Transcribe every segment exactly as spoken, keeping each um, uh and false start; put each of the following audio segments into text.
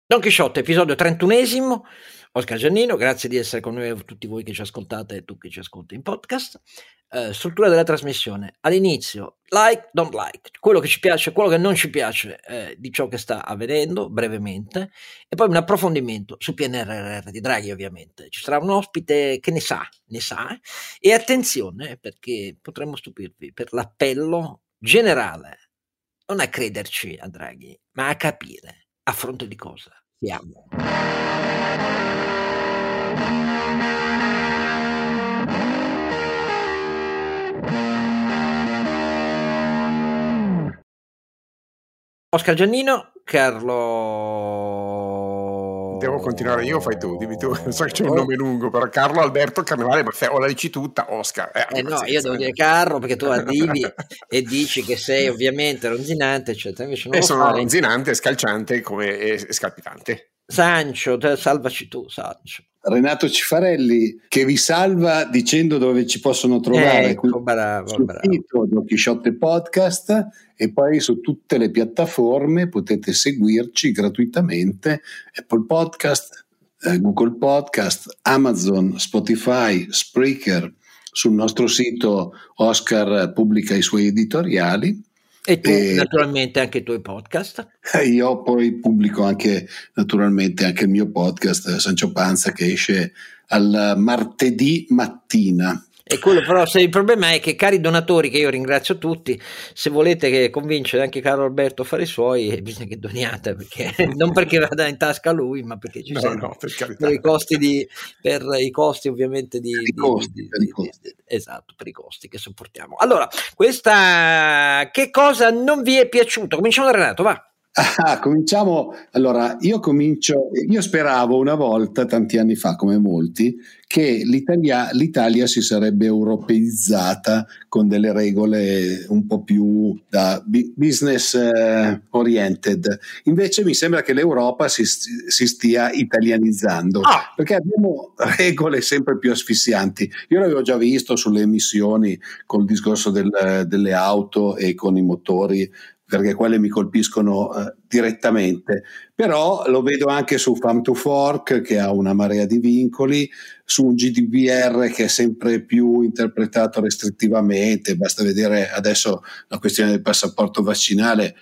Don Chisciotte, episodio trentunesimo. Oscar Giannino, grazie di essere con noi a tutti voi che ci ascoltate e tu che ci ascolti in podcast. Eh, struttura della trasmissione: all'inizio like, don't like, quello che ci piace, quello che non ci piace eh, di ciò che sta avvenendo brevemente, e poi un approfondimento sul P N R R di Draghi. Ovviamente ci sarà un ospite che ne sa, ne sa, e attenzione, perché potremmo stupirvi per l'appello generale, non a crederci a Draghi, ma a capire a fronte di cosa siamo. Oscar Giannino, Carlo. Devo continuare io o fai tu? Dimmi tu. So che c'è un oh. nome lungo, però Carlo Alberto Carnevale, ma o la dici tutta, Oscar. Eh, eh no, io devo dire Carlo perché tu arrivi e dici che sei ovviamente ronzinante, eccetera. Invece non e lo sono fai. Ronzinante, scalciante come, e scalpitante. Sancio, te, salvaci tu, Sancio. Renato Cifarelli, che vi salva dicendo dove ci possono trovare. Ecco, bravo, sul bravo. sito Don Chisciotte Podcast e poi su tutte le piattaforme potete seguirci gratuitamente: Apple Podcast, eh, Google Podcast, Amazon, Spotify, Spreaker. Sul nostro sito Oscar pubblica i suoi editoriali. E tu e naturalmente anche i tuoi podcast. Io poi pubblico anche naturalmente anche il mio podcast Sancio Panza, che esce al martedì mattina. E quello però, se il problema è che, cari donatori, che io ringrazio tutti, se volete che convincere anche Carlo Alberto a fare i suoi, bisogna che doniate, perché non perché vada in tasca lui, ma perché ci no, sono no, per, per i costi di per i costi ovviamente di, per i di, costi, di, per di, i costi. di esatto, per i costi che sopportiamo. Allora, questa che cosa non vi è piaciuto? Cominciamo da Renato, va. Ah, cominciamo. Allora, io comincio. Io speravo una volta, tanti anni fa, come molti, che l'Italia, l'Italia si sarebbe europeizzata con delle regole un po' più da business eh, oriented. Invece mi sembra che l'Europa si, si stia italianizzando, ah. perché abbiamo regole sempre più asfissianti. Io l'avevo già visto sulle emissioni col discorso del, delle auto e con i motori, perché quelle mi colpiscono eh, direttamente, però lo vedo anche su Farm to Fork, che ha una marea di vincoli, su un G D P R che è sempre più interpretato restrittivamente. Basta vedere adesso la questione del passaporto vaccinale.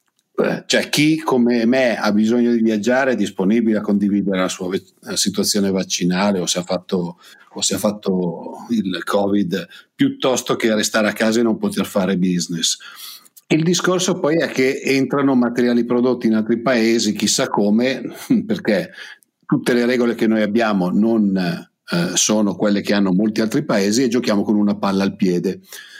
Eh, cioè, chi come me ha bisogno di viaggiare è disponibile a condividere la sua ve- la situazione vaccinale, o se ha fatto o se ha fatto il Covid, piuttosto che restare a casa e non poter fare business. Il discorso poi è che entrano materiali prodotti in altri paesi, chissà come, perché tutte le regole che noi abbiamo non eh, sono quelle che hanno molti altri paesi, e giochiamo con una palla al piede.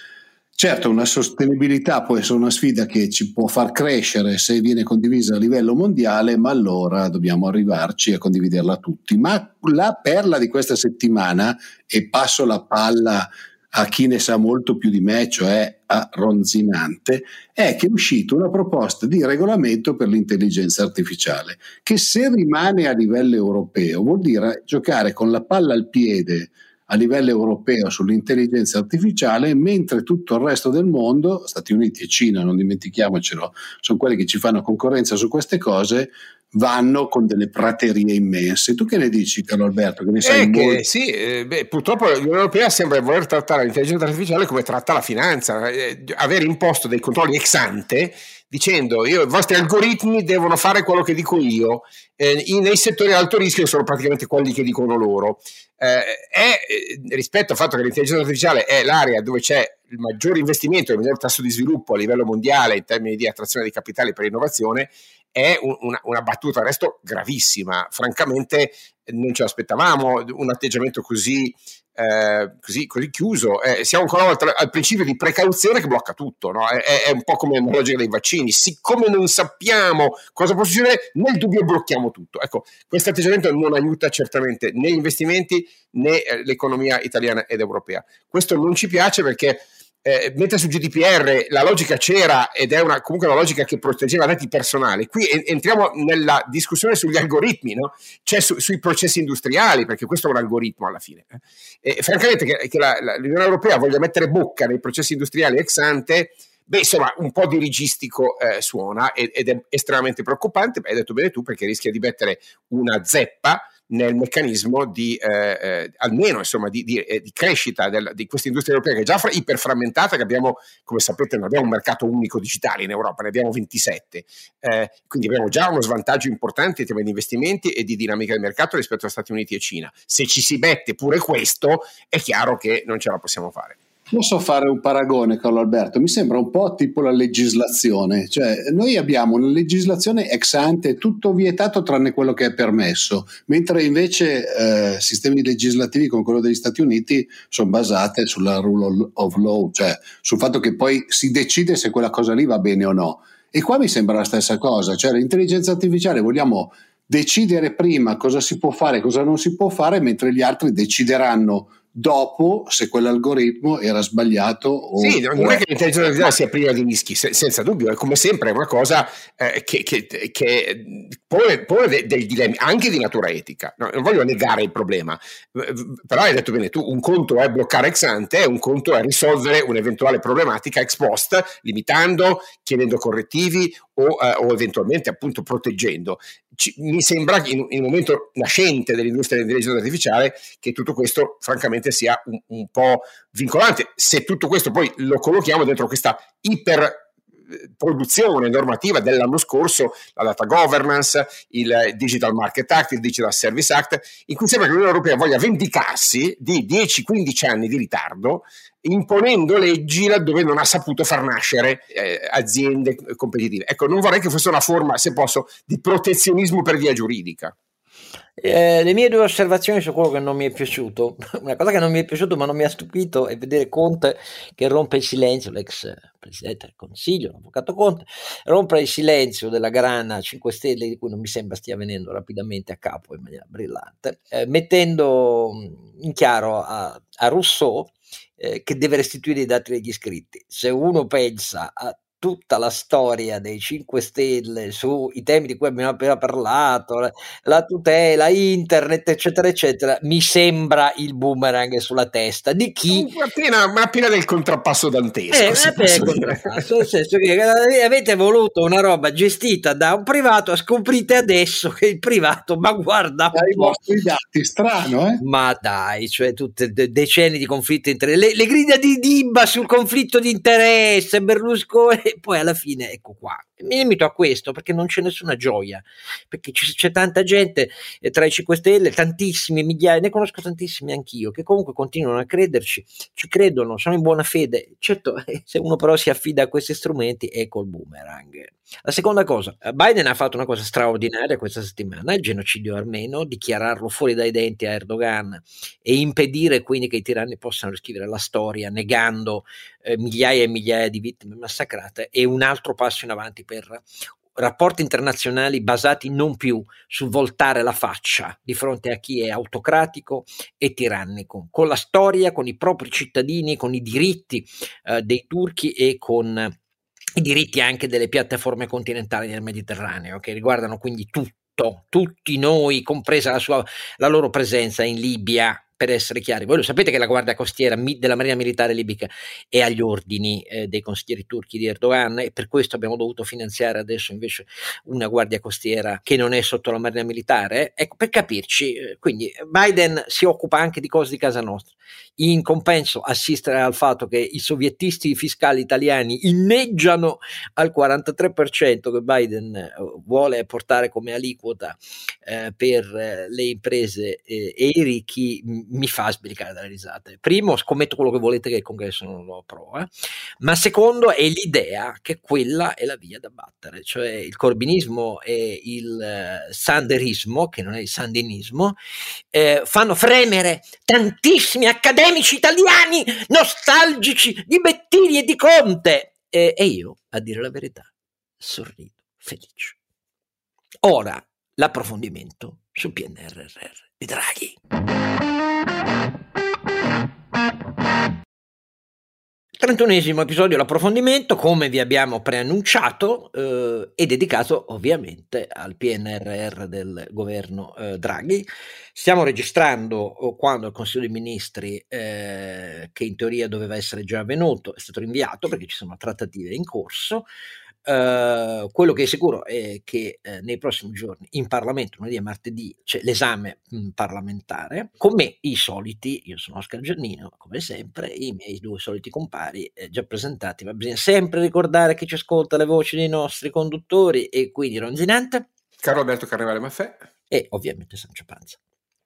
Certo, una sostenibilità può essere una sfida che ci può far crescere se viene condivisa a livello mondiale, ma allora dobbiamo arrivarci a condividerla tutti. Ma la perla di questa settimana, e passo la palla a chi ne sa molto più di me, cioè a Ronzinante, è che è uscita una proposta di regolamento per l'intelligenza artificiale, che se rimane a livello europeo vuol dire giocare con la palla al piede a livello europeo sull'intelligenza artificiale, mentre tutto il resto del mondo, Stati Uniti e Cina, non dimentichiamocelo, sono quelli che ci fanno concorrenza su queste cose, vanno con delle praterie immense. Tu che ne dici, Carlo Alberto? Che ne sai eh, molto? Che, sì, eh, beh, purtroppo l'Unione Europea sembra voler trattare l'intelligenza artificiale come tratta la finanza, eh, aver imposto dei controlli ex ante, dicendo io, i vostri algoritmi devono fare quello che dico io, eh, nei settori ad alto rischio sono praticamente quelli che dicono loro. Eh, è, rispetto al fatto che l'intelligenza artificiale è l'area dove c'è il maggior investimento e il miglior tasso di sviluppo a livello mondiale in termini di attrazione di capitali per innovazione, è un, una, una battuta al resto gravissima. Francamente non ce l'aspettavamo un atteggiamento così, eh, così, così chiuso. Eh, siamo ancora una volta al principio di precauzione che blocca tutto, no? è, è un po' come la logica dei vaccini: siccome non sappiamo cosa può succedere, nel dubbio blocchiamo tutto. Ecco, questo atteggiamento non aiuta certamente né gli investimenti né l'economia italiana ed europea. Questo non ci piace, perché Eh, mentre su G D P R la logica c'era, ed è una, comunque una logica che proteggeva dati personali, qui en- entriamo nella discussione sugli algoritmi, no? Cioè su- sui processi industriali, perché questo è un algoritmo alla fine. Eh. E francamente che, che la, la, l'Unione Europea voglia mettere bocca nei processi industriali ex ante Beh, insomma, un po' dirigistico eh, suona ed, ed è estremamente preoccupante, hai detto bene tu, perché rischia di mettere una zeppa nel meccanismo di eh, eh, almeno insomma di, di, eh, di crescita del, di questa industria europea, che è già fra, iperframmentata, che abbiamo, come sapete, non abbiamo un mercato unico digitale in Europa, ne abbiamo ventisette, eh, quindi abbiamo già uno svantaggio importante in termini di investimenti e di dinamica del mercato rispetto a Stati Uniti e Cina. Se ci si mette pure questo, è chiaro che non ce la possiamo fare. Posso fare un paragone, Carlo Alberto? Mi sembra un po' tipo la legislazione, cioè noi abbiamo una legislazione ex ante, tutto vietato tranne quello che è permesso, mentre invece eh, sistemi legislativi come quello degli Stati Uniti sono basati sulla rule of law, cioè sul fatto che poi si decide se quella cosa lì va bene o no. E qua mi sembra la stessa cosa, cioè l'intelligenza artificiale vogliamo decidere prima cosa si può fare e cosa non si può fare, mentre gli altri decideranno dopo se quell'algoritmo era sbagliato o sì, non è che l'intelligenza artificiale sia priva di rischi, se, senza dubbio, è come sempre una cosa eh, che, che, che pone, pone de, dei dilemmi anche di natura etica. No, non voglio negare il problema, però hai detto bene tu, un conto è bloccare ex ante e un conto è risolvere un'eventuale problematica ex post, limitando, chiedendo correttivi o, eh, o eventualmente appunto proteggendo. Ci, mi sembra che in, in un momento nascente dell'industria dell'intelligenza artificiale che tutto questo francamente sia un, un po' vincolante. Se tutto questo poi lo collochiamo dentro questa iper produzione normativa dell'anno scorso, la data governance, il Digital Market Act, il Digital Service Act, in cui sembra che l'Unione Europea voglia vendicarsi di dieci quindici anni di ritardo, imponendo leggi laddove non ha saputo far nascere eh, aziende competitive. Ecco, non vorrei che fosse una forma, se posso, di protezionismo per via giuridica. Eh, le mie due osservazioni su quello che non mi è piaciuto. Una cosa che non mi è piaciuto ma non mi ha stupito è vedere Conte che rompe il silenzio, l'ex presidente del Consiglio, l'avvocato Conte, rompe il silenzio della grana cinque Stelle, di cui non mi sembra stia venendo rapidamente a capo in maniera brillante, eh, mettendo in chiaro a, a Rousseau eh, che deve restituire i dati degli iscritti. Se uno pensa a tutta la storia dei cinque Stelle sui temi di cui abbiamo appena parlato, la, la tutela, internet, eccetera, eccetera, mi sembra il boomerang sulla testa di chi... Appena, appena del contrappasso dantesco. Eh, appena il contrappasso, nel senso che avete voluto una roba gestita da un privato, scoprite adesso che il privato, ma guarda... Dai vostri dati, strano, eh? Ma dai, cioè tutte de- decenni di conflitto di interesse, le, le grida di Dibba sul conflitto di interesse, Berlusconi... E poi alla fine, ecco qua, mi limito a questo perché non c'è nessuna gioia, perché c- c'è tanta gente eh, tra i cinque Stelle, tantissimi, migliaia, ne conosco tantissimi anch'io, che comunque continuano a crederci, ci credono, sono in buona fede. Certo, eh, se uno però si affida a questi strumenti, ecco il boomerang. La seconda cosa, Biden ha fatto una cosa straordinaria questa settimana, il genocidio armeno, dichiararlo fuori dai denti a Erdogan e impedire quindi che i tiranni possano riscrivere la storia negando eh, migliaia e migliaia di vittime massacrate, è un altro passo in avanti per rapporti internazionali basati non più sul voltare la faccia di fronte a chi è autocratico e tirannico, con la storia, con i propri cittadini, con i diritti eh, dei turchi e con i diritti anche delle piattaforme continentali del Mediterraneo, che riguardano quindi tutto, tutti noi, compresa la, sua, la loro presenza in Libia. Per essere chiari, voi lo sapete che la guardia costiera mi- della Marina Militare libica è agli ordini eh, dei consiglieri turchi di Erdogan, e per questo abbiamo dovuto finanziare adesso invece una guardia costiera che non è sotto la Marina Militare. Ecco, per capirci, eh, quindi Biden si occupa anche di cose di casa nostra. In compenso assistere al fatto che i sovietisti fiscali italiani inneggiano al quarantatré per cento che Biden eh, vuole portare come aliquota eh, per eh, le imprese eh, e i ricchi, m- mi fa sbiricare dalle risate. Primo, scommetto quello che volete che il congresso non lo approva, ma secondo è l'idea che quella è la via da battere, cioè il corbinismo e il eh, sanderismo, che non è il sandinismo, eh, fanno fremere tantissimi accademici italiani nostalgici di Bettini e di Conte, eh, e io, a dire la verità, sorrido felice. Ora l'approfondimento sul P N R R di Draghi. trentunesimo episodio, l'approfondimento, come vi abbiamo preannunciato, eh, è dedicato ovviamente al P N R R del governo eh, Draghi. Stiamo registrando quando il Consiglio dei Ministri, eh, che in teoria doveva essere già avvenuto, è stato rinviato perché ci sono trattative in corso. Uh, quello che è sicuro è che uh, nei prossimi giorni in Parlamento, lunedì e martedì, c'è l'esame mh, parlamentare. Con me i soliti, io sono Oscar Giannino, come sempre, i miei due soliti compari eh, già presentati, ma bisogna sempre ricordare che ci ascolta le voci dei nostri conduttori, e quindi Ronzinante, Carlo Alberto Carnevale Maffè e ovviamente Sancio Panza.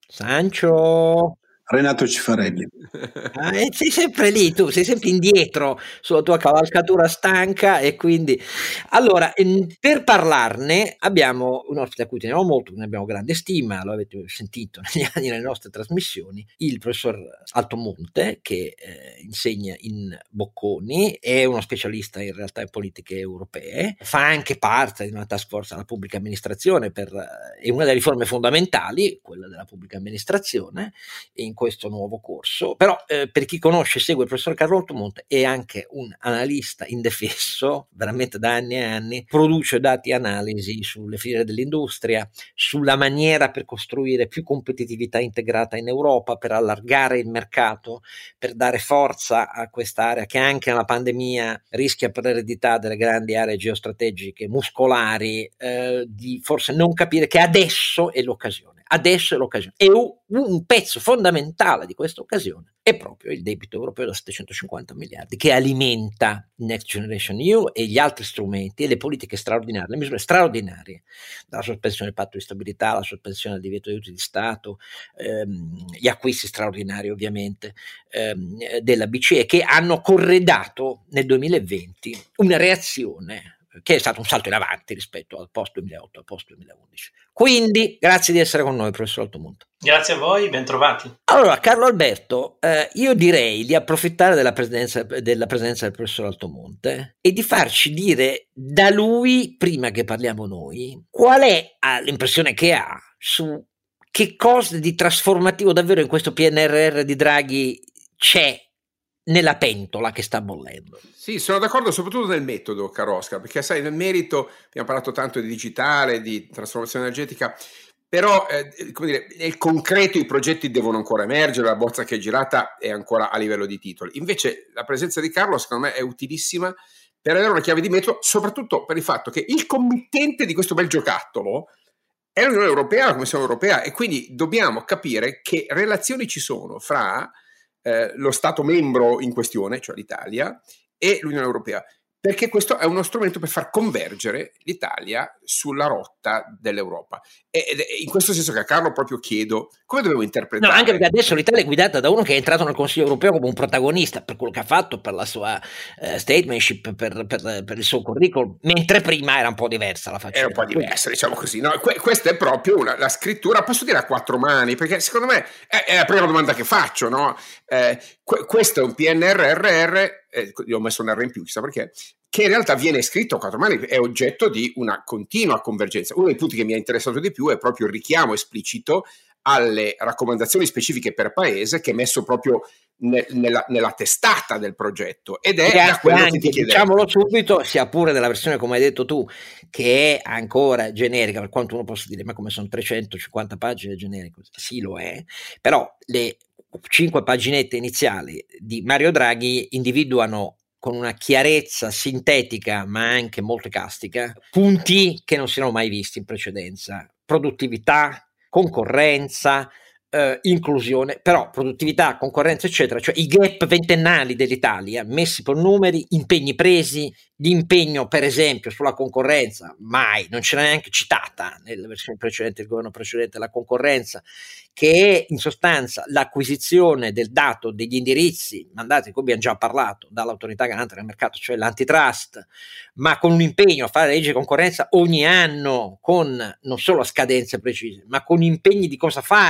Sancio... Renato Cifarelli. Ah, e sei sempre lì, tu sei sempre indietro sulla tua cavalcatura stanca, e quindi allora per parlarne abbiamo un ospite a cui teniamo molto, ne abbiamo grande stima, lo avete sentito negli anni nelle nostre trasmissioni, il professor Altomonte, che eh, insegna in Bocconi, è uno specialista in realtà in politiche europee, fa anche parte di una task force alla pubblica amministrazione per, è una delle riforme fondamentali, quella della pubblica amministrazione, in questo nuovo corso. Però eh, per chi conosce e segue il professor Carlo Altomonte, è anche un analista indefesso, veramente da anni e anni, produce dati e analisi sulle filiere dell'industria, sulla maniera per costruire più competitività integrata in Europa, per allargare il mercato, per dare forza a quest'area che anche nella pandemia rischia, per l'eredità delle grandi aree geostrategiche muscolari, eh, di forse non capire che adesso è l'occasione. Adesso è l'occasione, e un pezzo fondamentale di questa occasione è proprio il debito europeo da settecentocinquanta miliardi, che alimenta Next Generation E U e gli altri strumenti e le politiche straordinarie, le misure straordinarie, dalla sospensione del patto di stabilità, la sospensione del divieto di aiuti di Stato, ehm, gli acquisti straordinari ovviamente ehm, della B C E, che hanno corredato nel duemilaventi una reazione che è stato un salto in avanti rispetto al post duemilaotto, al post duemilaundici. Quindi grazie di essere con noi, professor Altomonte. Grazie a voi, bentrovati. Allora, Carlo Alberto, eh, io direi di approfittare della presenza, della presenza del professor Altomonte e di farci dire da lui, prima che parliamo noi, qual è ah, l'impressione che ha su che cosa di trasformativo davvero in questo P N R R di Draghi c'è nella pentola che sta bollendo. Sì, sono d'accordo soprattutto nel metodo, caro Oscar, perché sai, nel merito abbiamo parlato tanto di digitale, di trasformazione energetica, però eh, come dire, nel concreto i progetti devono ancora emergere, la bozza che è girata è ancora a livello di titoli. Invece la presenza di Carlo secondo me è utilissima per avere una chiave di metodo, soprattutto per il fatto che il committente di questo bel giocattolo è l'Unione Europea, la Commissione Europea, e quindi dobbiamo capire che relazioni ci sono fra Eh, lo Stato membro in questione, cioè l'Italia, e l'Unione Europea, perché questo è uno strumento per far convergere l'Italia sulla rotta dell'Europa. E, ed è in questo senso che a Carlo proprio chiedo come dobbiamo interpretare. No, anche perché adesso l'Italia è guidata da uno che è entrato nel Consiglio Europeo come un protagonista per quello che ha fatto, per la sua uh, statementship, per, per, per il suo curriculum, mentre prima era un po' diversa la faccenda. Era un po' diversa, diciamo così. No? Que- questa è proprio una, la scrittura, posso dire a quattro mani, perché secondo me è, è la prima domanda che faccio, no? Eh, que- questo è un P N R R R, eh, io ho messo un R in più, chissà perché, che in realtà viene scritto a quattro mani, è oggetto di una continua convergenza. Uno dei punti che mi ha interessato di più è proprio il richiamo esplicito alle raccomandazioni specifiche per paese che è messo proprio ne, nella, nella testata del progetto, ed è da quello anche, che ti chiede. Diciamolo subito, sia pure della versione come hai detto tu, che è ancora generica, per quanto uno possa dire ma come sono trecentocinquanta pagine generiche, sì lo è, però le cinque paginette iniziali di Mario Draghi individuano con una chiarezza sintetica ma anche molto castica punti che non si erano mai visti in precedenza: produttività, concorrenza, eh, inclusione, però produttività, concorrenza eccetera, cioè i gap ventennali dell'Italia messi per numeri, impegni presi, l'impegno per esempio sulla concorrenza mai, non c'era neanche citata nelle versioni precedenti del governo precedente la concorrenza, che è in sostanza l'acquisizione del dato degli indirizzi mandati, di cui abbiamo già parlato, dall'autorità garante del mercato, cioè l'antitrust, ma con un impegno a fare la legge di concorrenza ogni anno, con non solo a scadenze precise, ma con impegni di cosa fare che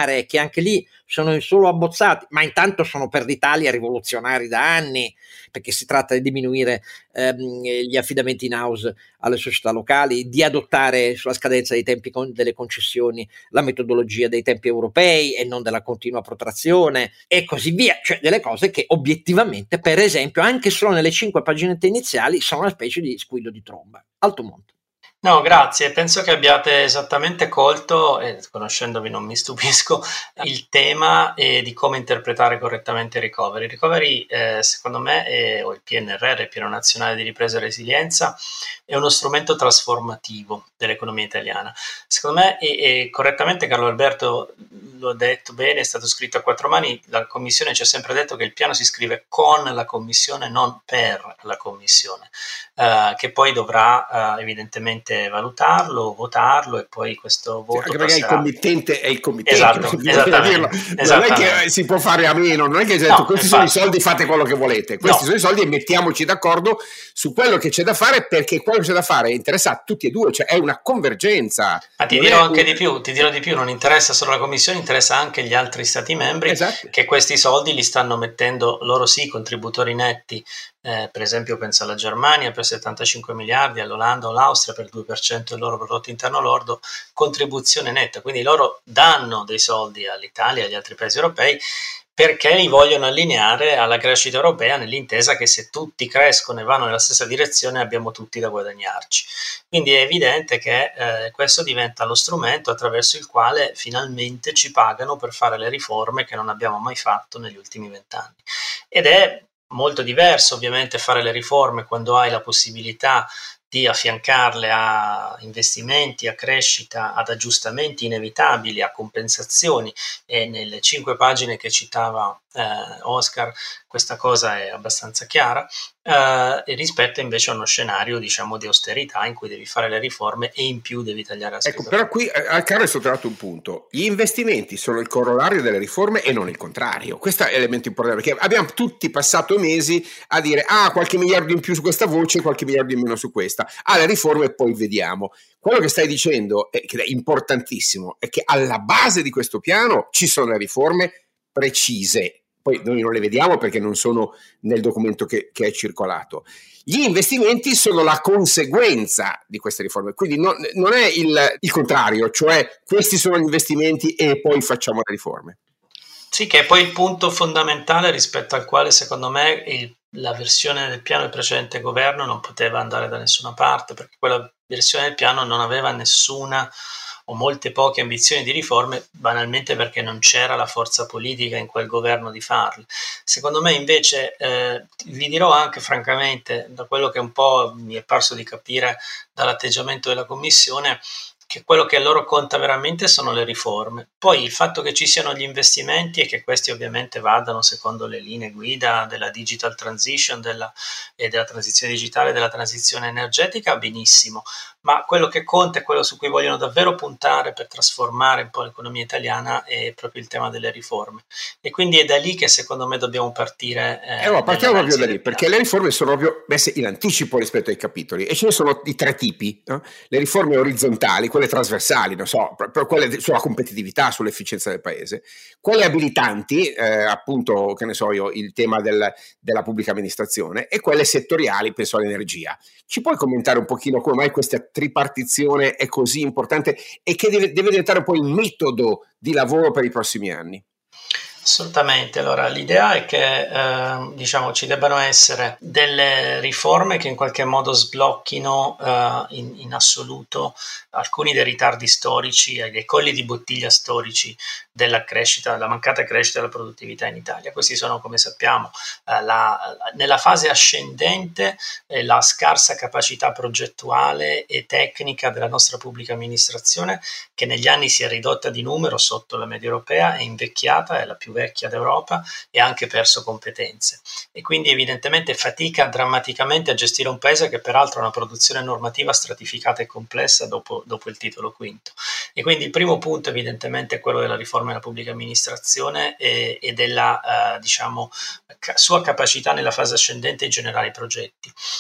anche lì sono solo abbozzati, ma intanto sono per l'Italia rivoluzionari da anni, perché si tratta di diminuire ehm, gli affidamenti in house alle società locali, di adottare sulla scadenza dei tempi con, delle concessioni la metodologia dei tempi europei e non della continua protrazione e così via, cioè delle cose che obiettivamente, per esempio, anche solo nelle cinque paginette iniziali sono una specie di squillo di tromba. Alto Monte. No, grazie. Penso che abbiate esattamente colto, e conoscendovi non mi stupisco, il tema eh, di come interpretare correttamente il recovery. Il recovery, eh, secondo me, è, o il P N R R, il Piano Nazionale di Ripresa e Resilienza, è uno strumento trasformativo dell'economia italiana. Secondo me, e, e correttamente Carlo Alberto lo ha detto bene, è stato scritto a quattro mani, la Commissione ci ha sempre detto che il piano si scrive con la Commissione, non per la Commissione, eh, che poi dovrà eh, evidentemente valutarlo, votarlo e poi questo voto anche perché passerà. il committente è il committente, esatto, esattamente, non è che si può fare a meno, non è che detto, no, questi infatti, sono i soldi, fate quello che volete, questi no. sono i soldi e mettiamoci d'accordo su quello che c'è da fare, perché quello che c'è da fare interessa a tutti e due, cioè è una convergenza. Ma ti non dirò è anche un... di più, ti dirò di più, non interessa solo la Commissione, interessa anche gli altri Stati membri, esatto, che questi soldi li stanno mettendo loro sì, contributori netti, eh, per esempio penso alla Germania per settantacinque miliardi, all'Olanda o all'Austria per il due per cento del loro prodotto interno lordo, contribuzione netta, quindi loro danno dei soldi all'Italia e agli altri paesi europei perché li vogliono allineare alla crescita europea nell'intesa che se tutti crescono e vanno nella stessa direzione abbiamo tutti da guadagnarci. Quindi è evidente che eh, questo diventa lo strumento attraverso il quale finalmente ci pagano per fare le riforme che non abbiamo mai fatto negli ultimi vent'anni. Ed è molto diverso ovviamente fare le riforme quando hai la possibilità di affiancarle a investimenti, a crescita, ad aggiustamenti inevitabili, a compensazioni, e nelle cinque pagine che citava eh, Oscar questa cosa è abbastanza chiara, eh, rispetto invece a uno scenario diciamo di austerità in cui devi fare le riforme e in più devi tagliare la spesa. Ecco, però qui eh, Carlo hai sottolineato un punto: gli investimenti sono il corollario delle riforme e non il contrario. Questo è l'elemento importante, perché abbiamo tutti passato mesi a dire ah, qualche miliardo in più su questa voce, qualche miliardo in meno su questa, ah, le riforme poi vediamo. Quello che stai dicendo, è, che è importantissimo, è che alla base di questo piano ci sono le riforme precise. Poi noi non le vediamo perché non sono nel documento che, che è circolato. Gli investimenti sono la conseguenza di queste riforme, quindi non, non è il, il contrario, cioè questi sono gli investimenti e poi facciamo le riforme. Sì, che è poi il punto fondamentale rispetto al quale secondo me il, la versione del piano del precedente governo non poteva andare da nessuna parte, perché quella versione del piano non aveva nessuna o molte poche ambizioni di riforme, banalmente perché non c'era la forza politica in quel governo di farle. Secondo me invece, eh, vi dirò anche francamente, da quello che un po' mi è parso di capire dall'atteggiamento della Commissione, che quello che a loro conta veramente sono le riforme. Poi il fatto che ci siano gli investimenti e che questi ovviamente vadano secondo le linee guida della digital transition della, e della transizione digitale, della transizione energetica, benissimo, ma quello che conta e quello su cui vogliono davvero puntare per trasformare un po' l'economia italiana è proprio il tema delle riforme. E quindi è da lì che secondo me dobbiamo partire. Eh, eh no, partiamo proprio da lì, perché le riforme sono proprio messe in anticipo rispetto ai capitoli e ce ne sono di tre tipi, no? Le riforme orizzontali, quelle trasversali, non so, quelle sulla competitività, sull'efficienza del paese, quelle abilitanti, eh, appunto, che ne so io, il tema del, della pubblica amministrazione, e quelle settoriali, penso all'energia. Ci puoi commentare un pochino come mai questa tripartizione è così importante e che deve, deve diventare poi il metodo di lavoro per i prossimi anni? Assolutamente, allora l'idea è che eh, diciamo ci debbano essere delle riforme che in qualche modo sblocchino eh, in, in assoluto alcuni dei ritardi storici e dei colli di bottiglia storici della crescita, della mancata crescita della produttività in Italia. Questi sono, come sappiamo, eh, la, nella fase ascendente eh, la scarsa capacità progettuale e tecnica della nostra pubblica amministrazione, che negli anni si è ridotta di numero sotto la media europea, è invecchiata, è la più vecchia d'Europa e ha anche perso competenze e quindi evidentemente fatica drammaticamente a gestire un paese che peraltro ha una produzione normativa stratificata e complessa dopo, dopo il titolo quinto. E quindi il primo punto evidentemente è quello della riforma della pubblica amministrazione e, e della eh, diciamo ca- sua capacità nella fase ascendente di generare i progetti.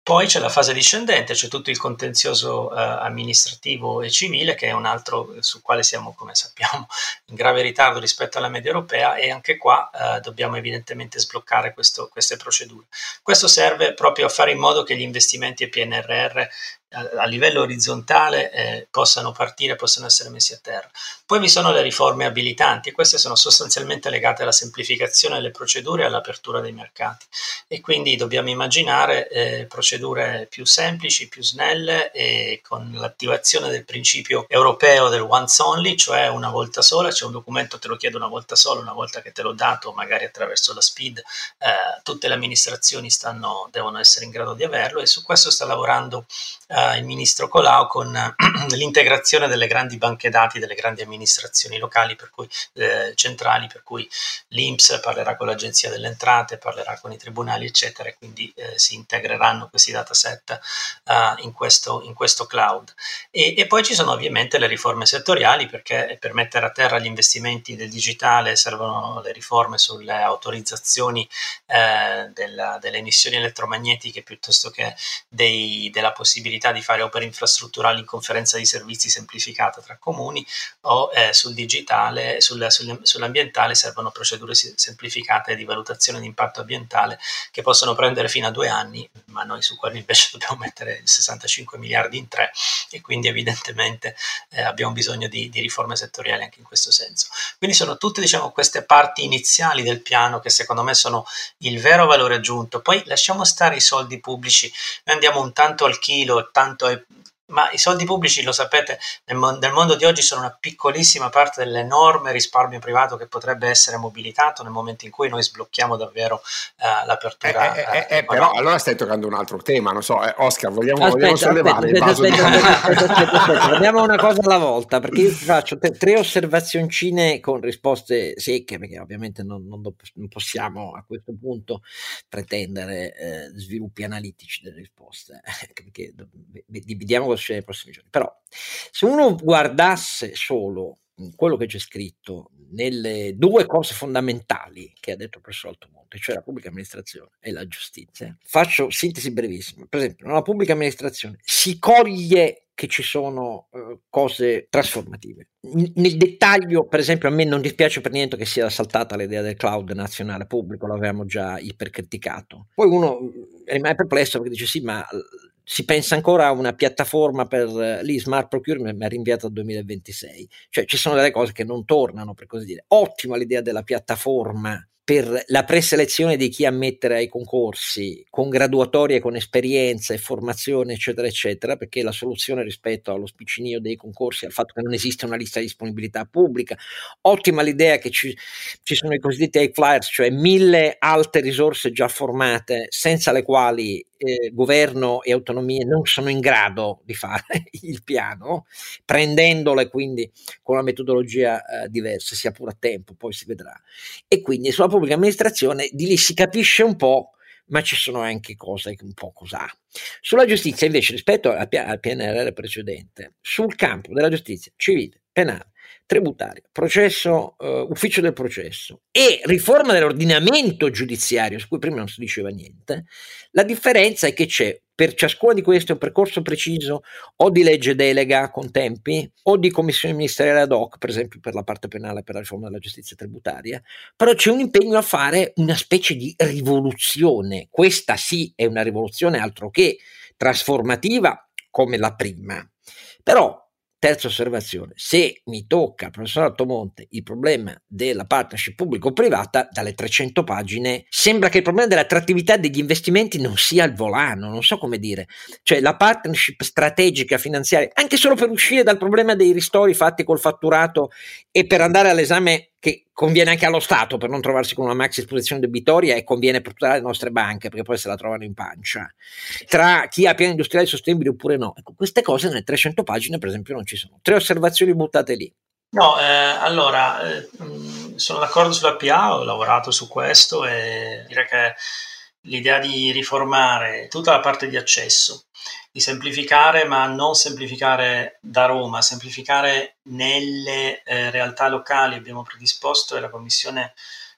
Poi c'è la fase discendente, c'è tutto il contenzioso eh, amministrativo e civile, che è un altro su quale siamo, come sappiamo, in grave ritardo rispetto alla media europea, e anche qua eh, dobbiamo evidentemente sbloccare questo, queste procedure. Questo serve proprio a fare in modo che gli investimenti e P N R R a, a livello orizzontale eh, possano partire, possano essere messi a terra. Poi vi sono le riforme abilitanti, e queste sono sostanzialmente legate alla semplificazione delle procedure e all'apertura dei mercati, e quindi dobbiamo immaginare eh, procedure più semplici, più snelle, e con l'attivazione del principio europeo del once only, cioè una volta sola. C'è un documento, te lo chiedo una volta sola, una volta che te l'ho dato, magari attraverso la SPID, eh, tutte le amministrazioni stanno, devono essere in grado di averlo, e su questo sta lavorando eh, il ministro Colau con eh, l'integrazione delle grandi banche dati delle grandi amministrazioni locali, per cui eh, centrali, per cui l'I N P S parlerà con l'Agenzia delle Entrate, parlerà con i tribunali, eccetera, e quindi eh, si integreranno questi dataset uh, in, questo, in questo cloud. E, e poi ci sono ovviamente le riforme settoriali, perché per mettere a terra gli investimenti del digitale servono le riforme sulle autorizzazioni eh, della, delle emissioni elettromagnetiche, piuttosto che dei, della possibilità di fare opere infrastrutturali in conferenza di servizi semplificata tra comuni, o eh, sul digitale, sul, sul, sull'ambientale servono procedure semplificate di valutazione di impatto ambientale che possono prendere fino a due anni, ma noi su quello invece dobbiamo mettere sessantacinque miliardi in tre, e quindi evidentemente eh, abbiamo bisogno di, di riforme settoriali anche in questo senso. Quindi sono tutte, diciamo, queste parti iniziali del piano che secondo me sono il vero valore aggiunto. Poi lasciamo stare i soldi pubblici, noi andiamo un tanto al chilo, tanto è, ma i soldi pubblici, lo sapete, nel, mon- nel mondo di oggi sono una piccolissima parte dell'enorme risparmio privato che potrebbe essere mobilitato nel momento in cui noi sblocchiamo davvero uh, l'apertura. Eh, eh, eh, eh, però allora stai toccando un altro tema, non so, eh, Oscar, vogliamo, aspetta, vogliamo sollevare aspetta, il vaso aspetta, di aspetta, aspetta, aspetta, aspetta, andiamo una cosa alla volta, perché io ti faccio te, tre osservazioncine con risposte secche, perché ovviamente non, non, do, non possiamo a questo punto pretendere eh, sviluppi analitici delle risposte, perché dividiamo cosa succede nei prossimi giorni. Però se uno guardasse solo quello che c'è scritto nelle due cose fondamentali che ha detto il professor Altomonte, cioè la pubblica amministrazione e la giustizia, faccio sintesi brevissima. Per esempio, nella pubblica amministrazione si coglie che ci sono uh, cose trasformative. N- nel dettaglio, per esempio, a me non dispiace per niente che sia saltata l'idea del cloud nazionale pubblico, l'avevamo già ipercriticato. Poi uno rimane perplesso perché dice sì, ma si pensa ancora a una piattaforma per l'e-smart procurement, ma è rinviata al duemilaventisei. Cioè ci sono delle cose che non tornano, per così dire. Ottima l'idea della piattaforma per la preselezione di chi ammettere ai concorsi, con graduatorie, con esperienza e formazione, eccetera, eccetera, perché la soluzione rispetto allo spiccinio dei concorsi, al fatto che non esiste una lista di disponibilità pubblica. Ottima l'idea che ci, ci sono i cosiddetti high flyers, cioè mille alte risorse già formate, senza le quali eh, governo e autonomie non sono in grado di fare il piano, prendendole quindi con una metodologia eh, diversa, sia pure a tempo, poi si vedrà. E quindi sulla pubblica amministrazione di lì si capisce un po', ma ci sono anche cose un po' cos'ha. Sulla giustizia invece, rispetto al, al P N R R precedente, sul campo della giustizia civile, penale, tributaria, processo, uh, ufficio del processo e riforma dell'ordinamento giudiziario, su cui prima non si diceva niente, la differenza è che c'è per ciascuno di questi un percorso preciso o di legge delega con tempi o di commissione ministeriale ad hoc, per esempio per la parte penale, per la riforma della giustizia tributaria, però c'è un impegno a fare una specie di rivoluzione. Questa sì è una rivoluzione altro che trasformativa come la prima. Però terza osservazione, se mi tocca, professor Altomonte, il problema della partnership pubblico-privata, dalle trecento pagine sembra che il problema dell'attrattività degli investimenti non sia il volano, non so come dire, cioè la partnership strategica finanziaria, anche solo per uscire dal problema dei ristori fatti col fatturato e per andare all'esame che conviene anche allo Stato per non trovarsi con una maxi esposizione debitoria e conviene per tutte le nostre banche perché poi se la trovano in pancia, tra chi ha piani industriali sostenibili oppure no. Ecco, queste cose nelle trecento pagine per esempio non ci sono. Tre osservazioni buttate lì. No, eh, allora eh, sono d'accordo sulla P A, ho lavorato su questo e direi che l'idea di riformare tutta la parte di accesso, di semplificare, ma non semplificare da Roma, semplificare nelle eh, realtà locali. Abbiamo predisposto e la Commissione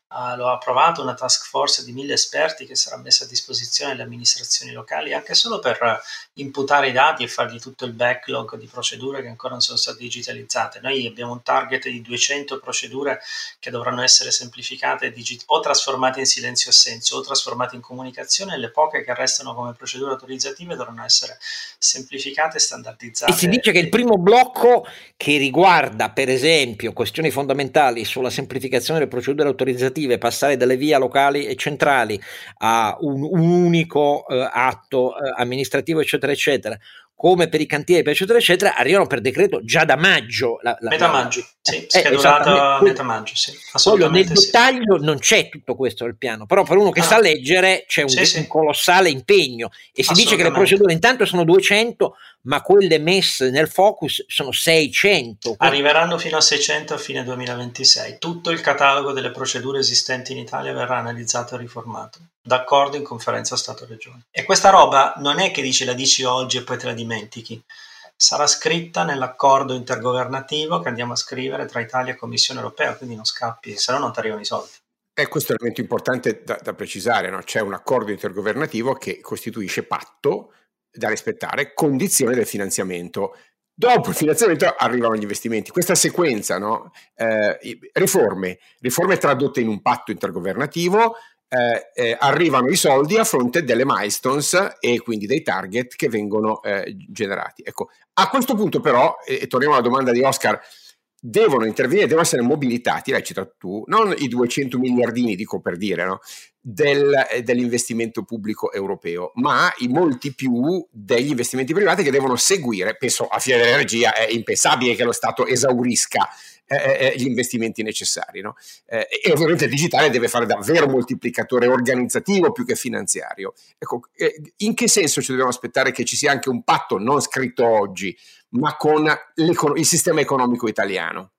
uh, lo ha approvato una task force di mille esperti che sarà messa a disposizione delle amministrazioni locali anche solo per uh, imputare i dati e fargli tutto il backlog di procedure che ancora non sono state digitalizzate. Noi abbiamo un target di duecento procedure che dovranno essere semplificate digit- o trasformate in silenzio assenso o trasformate in comunicazione, e le poche che restano come procedure autorizzative dovranno essere semplificate e standardizzate. E si dice che il primo blocco, che riguarda per esempio questioni fondamentali sulla semplificazione delle procedure autorizzative, passare dalle vie locali e centrali a un, un unico uh, atto uh, amministrativo eccetera eccetera, come per i cantieri eccetera eccetera, arrivano per decreto già da maggio. La, la, metà maggio, sì, eh, schedulata a metà maggio, sì, assolutamente. Nel sì. dettaglio non c'è tutto questo nel piano, però per uno che ah, sa leggere c'è un, sì, sì. un colossale impegno, e si dice che le procedure intanto sono duecento, ma quelle messe nel focus sono seicento. Arriveranno fino a seicento a fine duemilaventisei. Tutto il catalogo delle procedure esistenti in Italia verrà analizzato e riformato, d'accordo in conferenza Stato-Regione. E questa roba non è che dice la dici oggi e poi te la dimentichi. Sarà scritta nell'accordo intergovernativo che andiamo a scrivere tra Italia e Commissione Europea, quindi non scappi, se no non ti arrivano i soldi. E questo è un elemento importante da, da precisare, no? C'è un accordo intergovernativo che costituisce patto da rispettare, condizione del finanziamento. Dopo il finanziamento arrivano gli investimenti. Questa sequenza, no? eh, riforme, riforme tradotte in un patto intergovernativo, eh, eh, arrivano i soldi a fronte delle milestones e quindi dei target che vengono eh, generati. Ecco, a questo punto però, e, e torniamo alla domanda di Oscar, devono intervenire, devono essere mobilitati, l'hai citato tu, non i duecento miliardini, dico per dire, no? Del, dell'investimento pubblico europeo, ma i molti più degli investimenti privati che devono seguire. Penso a fine dell'energia, è impensabile che lo Stato esaurisca eh, gli investimenti necessari, no? Eh, e ovviamente il digitale deve fare davvero moltiplicatore organizzativo più che finanziario. Ecco, eh, in che senso ci dobbiamo aspettare che ci sia anche un patto non scritto oggi, ma con il sistema economico italiano?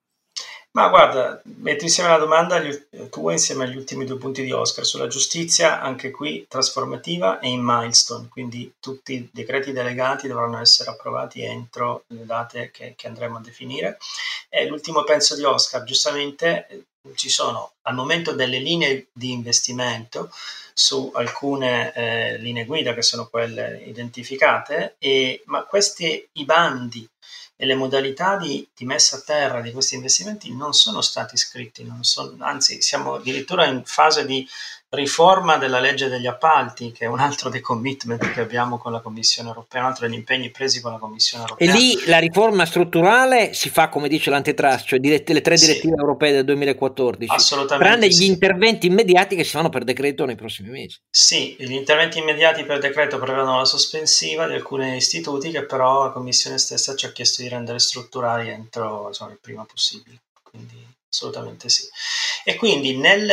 Ma guarda, metto insieme la domanda tua insieme agli ultimi due punti di Oscar sulla giustizia, anche qui trasformativa e in milestone, quindi tutti i decreti delegati dovranno essere approvati entro le date che, che andremo a definire. E l'ultimo penso di Oscar, giustamente ci sono al momento delle linee di investimento su alcune eh, linee guida che sono quelle identificate, e, ma questi i bandi e le modalità di, di messa a terra di questi investimenti non sono stati scritti, non sono, anzi siamo addirittura in fase di riforma della legge degli appalti, che è un altro dei commitment che abbiamo con la Commissione Europea, un altro degli impegni presi con la Commissione Europea. E lì la riforma strutturale si fa come dice l'antitrust, cioè dirette, le tre direttive sì. europee del duemilaquattordici, assolutamente, tranne gli sì. interventi immediati che si fanno per decreto nei prossimi mesi. Sì, gli interventi immediati per decreto prevedono la sospensiva di alcuni istituti che però la Commissione stessa ci ha chiesto di rendere strutturali entro insomma, il prima possibile, quindi assolutamente sì. E quindi nel,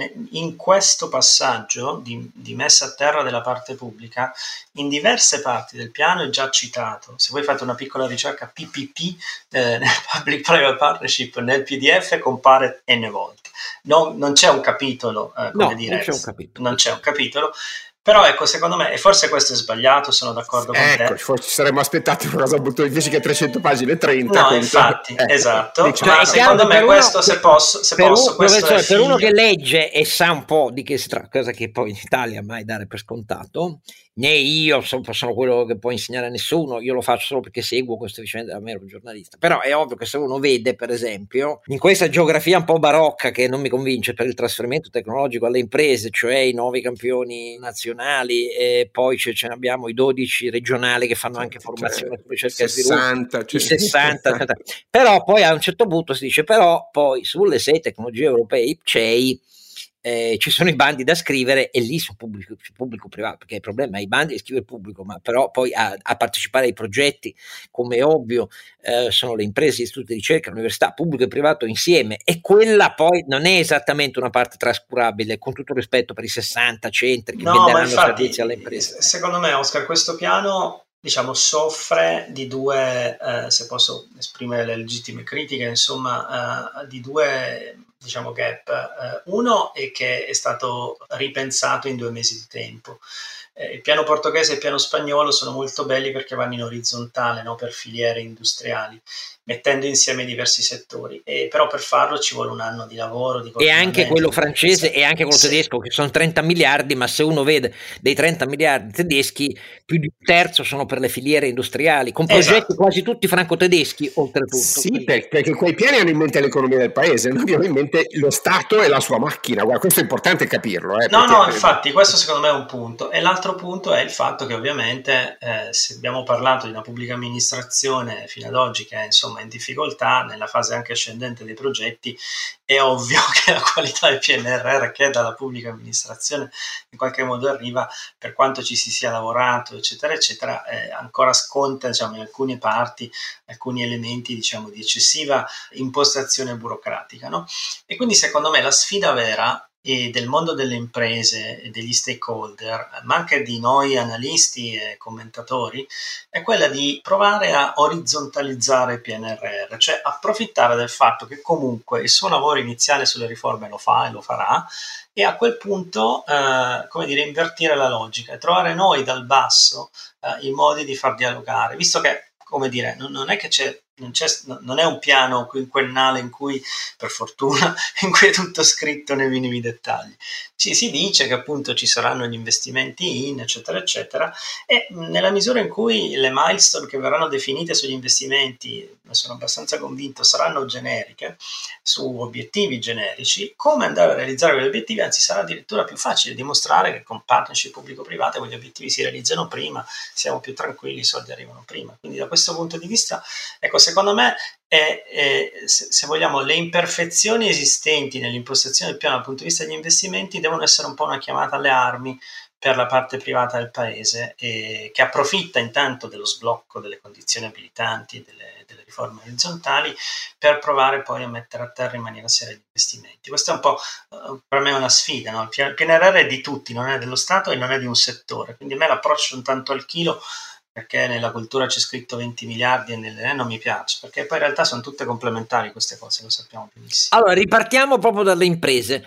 in questo passaggio di, di messa a terra della parte pubblica, in diverse parti del piano è già citato. Se voi fate una piccola ricerca P P P eh, nel Public Private Partnership nel P D F compare n volte. Non, non c'è un capitolo, eh, come no, dire, non c'è un capitolo. Non c'è un capitolo. Però ecco, secondo me, e forse questo è sbagliato, sono d'accordo con ecco, te. Forse ci saremmo aspettati una cosa molto invece che trecento pagine trenta. No, con... infatti, ecco, esatto. diciamo. Ma secondo me uno, questo, se posso, se per, posso un, questo è per uno figlio... che legge e sa un po' di che si tratta, cosa che poi in Italia mai dare per scontato, né io sono, sono quello che può insegnare a nessuno, io lo faccio solo perché seguo queste vicende da mero giornalista. Però è ovvio che se uno vede, per esempio, in questa geografia un po' barocca che non mi convince per il trasferimento tecnologico alle imprese, cioè i nuovi campioni nazionali, e poi ce, ce ne abbiamo i dodici regionali che fanno anche formazione su ricerca e sviluppo, i sessanta, però poi a un certo punto si dice però poi sulle sei tecnologie europee C E I Eh, ci sono i bandi da scrivere e lì su pubblico, pubblico privato, perché il problema è i bandi di scrivere il pubblico, ma però poi a, a partecipare ai progetti, come è ovvio, eh, sono le imprese, gli istituti di ricerca, l'università, pubblico e privato insieme, e quella poi non è esattamente una parte trascurabile, con tutto rispetto per i sessanta centri che no, venderanno infatti, servizi alle imprese. Secondo me, Oscar, questo piano diciamo soffre di due, eh, se posso esprimere le legittime critiche, insomma, eh, di due diciamo gap. Uh, uno è che è stato ripensato in due mesi di tempo. Eh, il piano portoghese e il piano spagnolo sono molto belli perché vanno in orizzontale, no? Per filiere industriali, mettendo insieme diversi settori, e però per farlo ci vuole un anno di lavoro, di e anche quello francese e anche quello sì. tedesco, che sono trenta miliardi, ma se uno vede dei trenta miliardi tedeschi, più di un terzo sono per le filiere industriali, con progetti esatto. quasi tutti franco-tedeschi oltretutto. Sì, quindi. perché quei piani hanno in mente l'economia del paese, non hanno in mente lo Stato e la sua macchina. Guarda, questo è importante capirlo. Eh, no, perché... no, infatti questo secondo me è un punto. E l'altro punto è il fatto che ovviamente eh, se abbiamo parlato di una pubblica amministrazione fino ad oggi che è insomma in difficoltà, nella fase anche ascendente dei progetti, è ovvio che la qualità del P N R R che dalla pubblica amministrazione in qualche modo arriva, per quanto ci si sia lavorato eccetera eccetera, eh, ancora sconta diciamo in alcune parti alcuni elementi diciamo di eccessiva impostazione burocratica, no? E quindi secondo me la sfida vera e del mondo delle imprese e degli stakeholder, ma anche di noi analisti e commentatori, è quella di provare a orizzontalizzare il P N R R, cioè approfittare del fatto che comunque il suo lavoro iniziale sulle riforme lo fa e lo farà, e a quel punto, eh, come dire, invertire la logica e trovare noi dal basso eh, i modi di far dialogare, visto che, come dire, non, non è che c'è Non, c'è, non è un piano quinquennale in cui, per fortuna, in cui è tutto scritto nei minimi dettagli. Ci si dice che appunto ci saranno gli investimenti in, eccetera, eccetera, e nella misura in cui le milestone che verranno definite sugli investimenti, ne sono abbastanza convinto, saranno generiche, su obiettivi generici, come andare a realizzare quegli obiettivi, anzi sarà addirittura più facile dimostrare che con partnership pubblico-private quegli obiettivi si realizzano prima, siamo più tranquilli, i soldi arrivano prima. Quindi da questo punto di vista, ecco, secondo me, è, è, se, se vogliamo, le imperfezioni esistenti nell'impostazione del piano dal punto di vista degli investimenti devono essere un po' una chiamata alle armi per la parte privata del paese, e che approfitta intanto dello sblocco delle condizioni abilitanti, delle, delle riforme orizzontali, per provare poi a mettere a terra in maniera seria gli investimenti. Questa è un po' per me una sfida, no? Il P N R R è di tutti, non è dello Stato e non è di un settore, quindi a me l'approccio un tanto al chilo, perché nella cultura c'è scritto venti miliardi e nelle non mi piace, perché poi in realtà sono tutte complementari queste cose, lo sappiamo benissimo. Allora, ripartiamo proprio dalle imprese.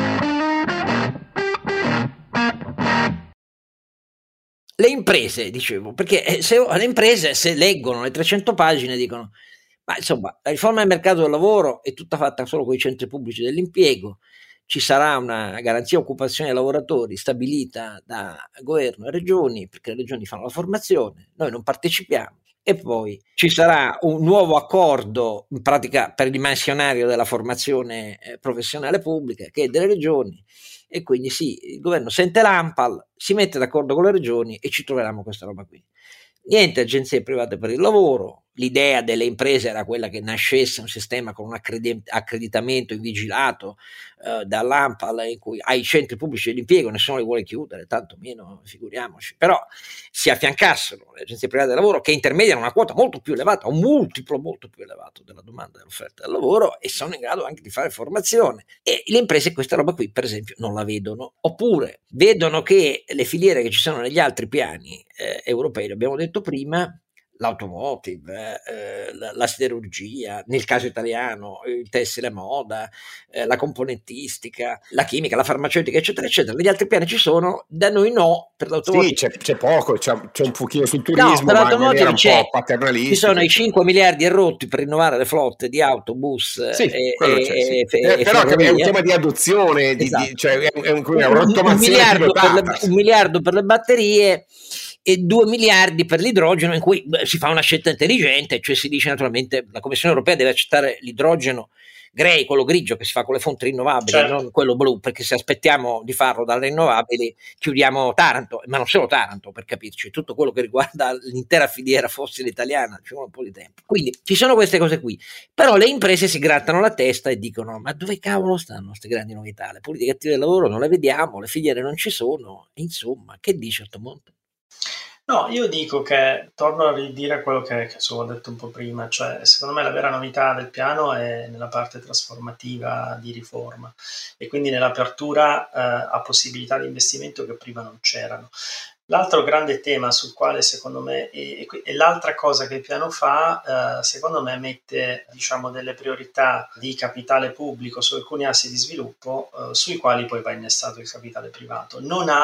Le imprese, dicevo, perché se le imprese, se leggono le trecento pagine, dicono, ma insomma, la riforma del mercato del lavoro è tutta fatta solo con i centri pubblici dell'impiego, ci sarà una garanzia occupazione dei lavoratori stabilita da governo e regioni, perché le regioni fanno la formazione, noi non partecipiamo, e poi ci sarà un nuovo accordo in pratica per il dimensionario della formazione professionale pubblica che è delle regioni, e quindi sì, il governo sente l'ANPAL, si mette d'accordo con le regioni e ci troveremo questa roba qui. Niente agenzie private per il lavoro, l'idea delle imprese era quella che nascesse un sistema con un accreditamento invigilato eh, dall'ANPAL, in cui ai centri pubblici dell'impiego nessuno li vuole chiudere, tanto meno figuriamoci, però si affiancassero le agenzie private del lavoro che intermediano una quota molto più elevata, un multiplo molto più elevato della domanda e dell'offerta del lavoro, e sono in grado anche di fare formazione, e le imprese questa roba qui per esempio non la vedono, oppure vedono che le filiere che ci sono negli altri piani eh, europei, abbiamo detto prima, l'automotive, eh, la, la siderurgia, nel caso italiano il tessile moda, eh, la componentistica, la chimica, la farmaceutica, eccetera, eccetera. Negli altri piani ci sono, da noi no, per l'automotive. Sì, c'è, c'è poco, c'è, c'è un pochino sul turismo, no, per ma l'automotive un c'è, po' paternalistico. ci sono i cinque miliardi rotti per rinnovare le flotte di autobus, sì, e, c'è, sì. e, e, e però ferrovie. È un tema di adozione, di, esatto. di, cioè è un, è un, un, un, un, miliardo per le, un miliardo per le batterie e due miliardi per l'idrogeno, in cui beh, si fa una scelta intelligente, cioè si dice naturalmente la Commissione europea deve accettare l'idrogeno grey, quello grigio che si fa con le fonti rinnovabili, certo, non quello blu, perché se aspettiamo di farlo dalle rinnovabili chiudiamo Taranto, ma non solo Taranto, per capirci, tutto quello che riguarda l'intera filiera fossile italiana, ci vuole un po' di tempo. Quindi ci sono queste cose qui, però le imprese si grattano la testa e dicono, ma dove cavolo stanno queste grandi novità? Le politiche attive del lavoro non le vediamo, le filiere non ci sono, insomma, che dice Ottomonte? No, io dico che, torno a ridire quello che, che ho detto un po' prima, cioè secondo me la vera novità del piano è nella parte trasformativa di riforma e quindi nell'apertura eh, a possibilità di investimento che prima non c'erano. L'altro grande tema sul quale secondo me, e, e l'altra cosa che il piano fa, eh, secondo me mette diciamo delle priorità di capitale pubblico su alcuni assi di sviluppo eh, sui quali poi va innestato il capitale privato. Non ha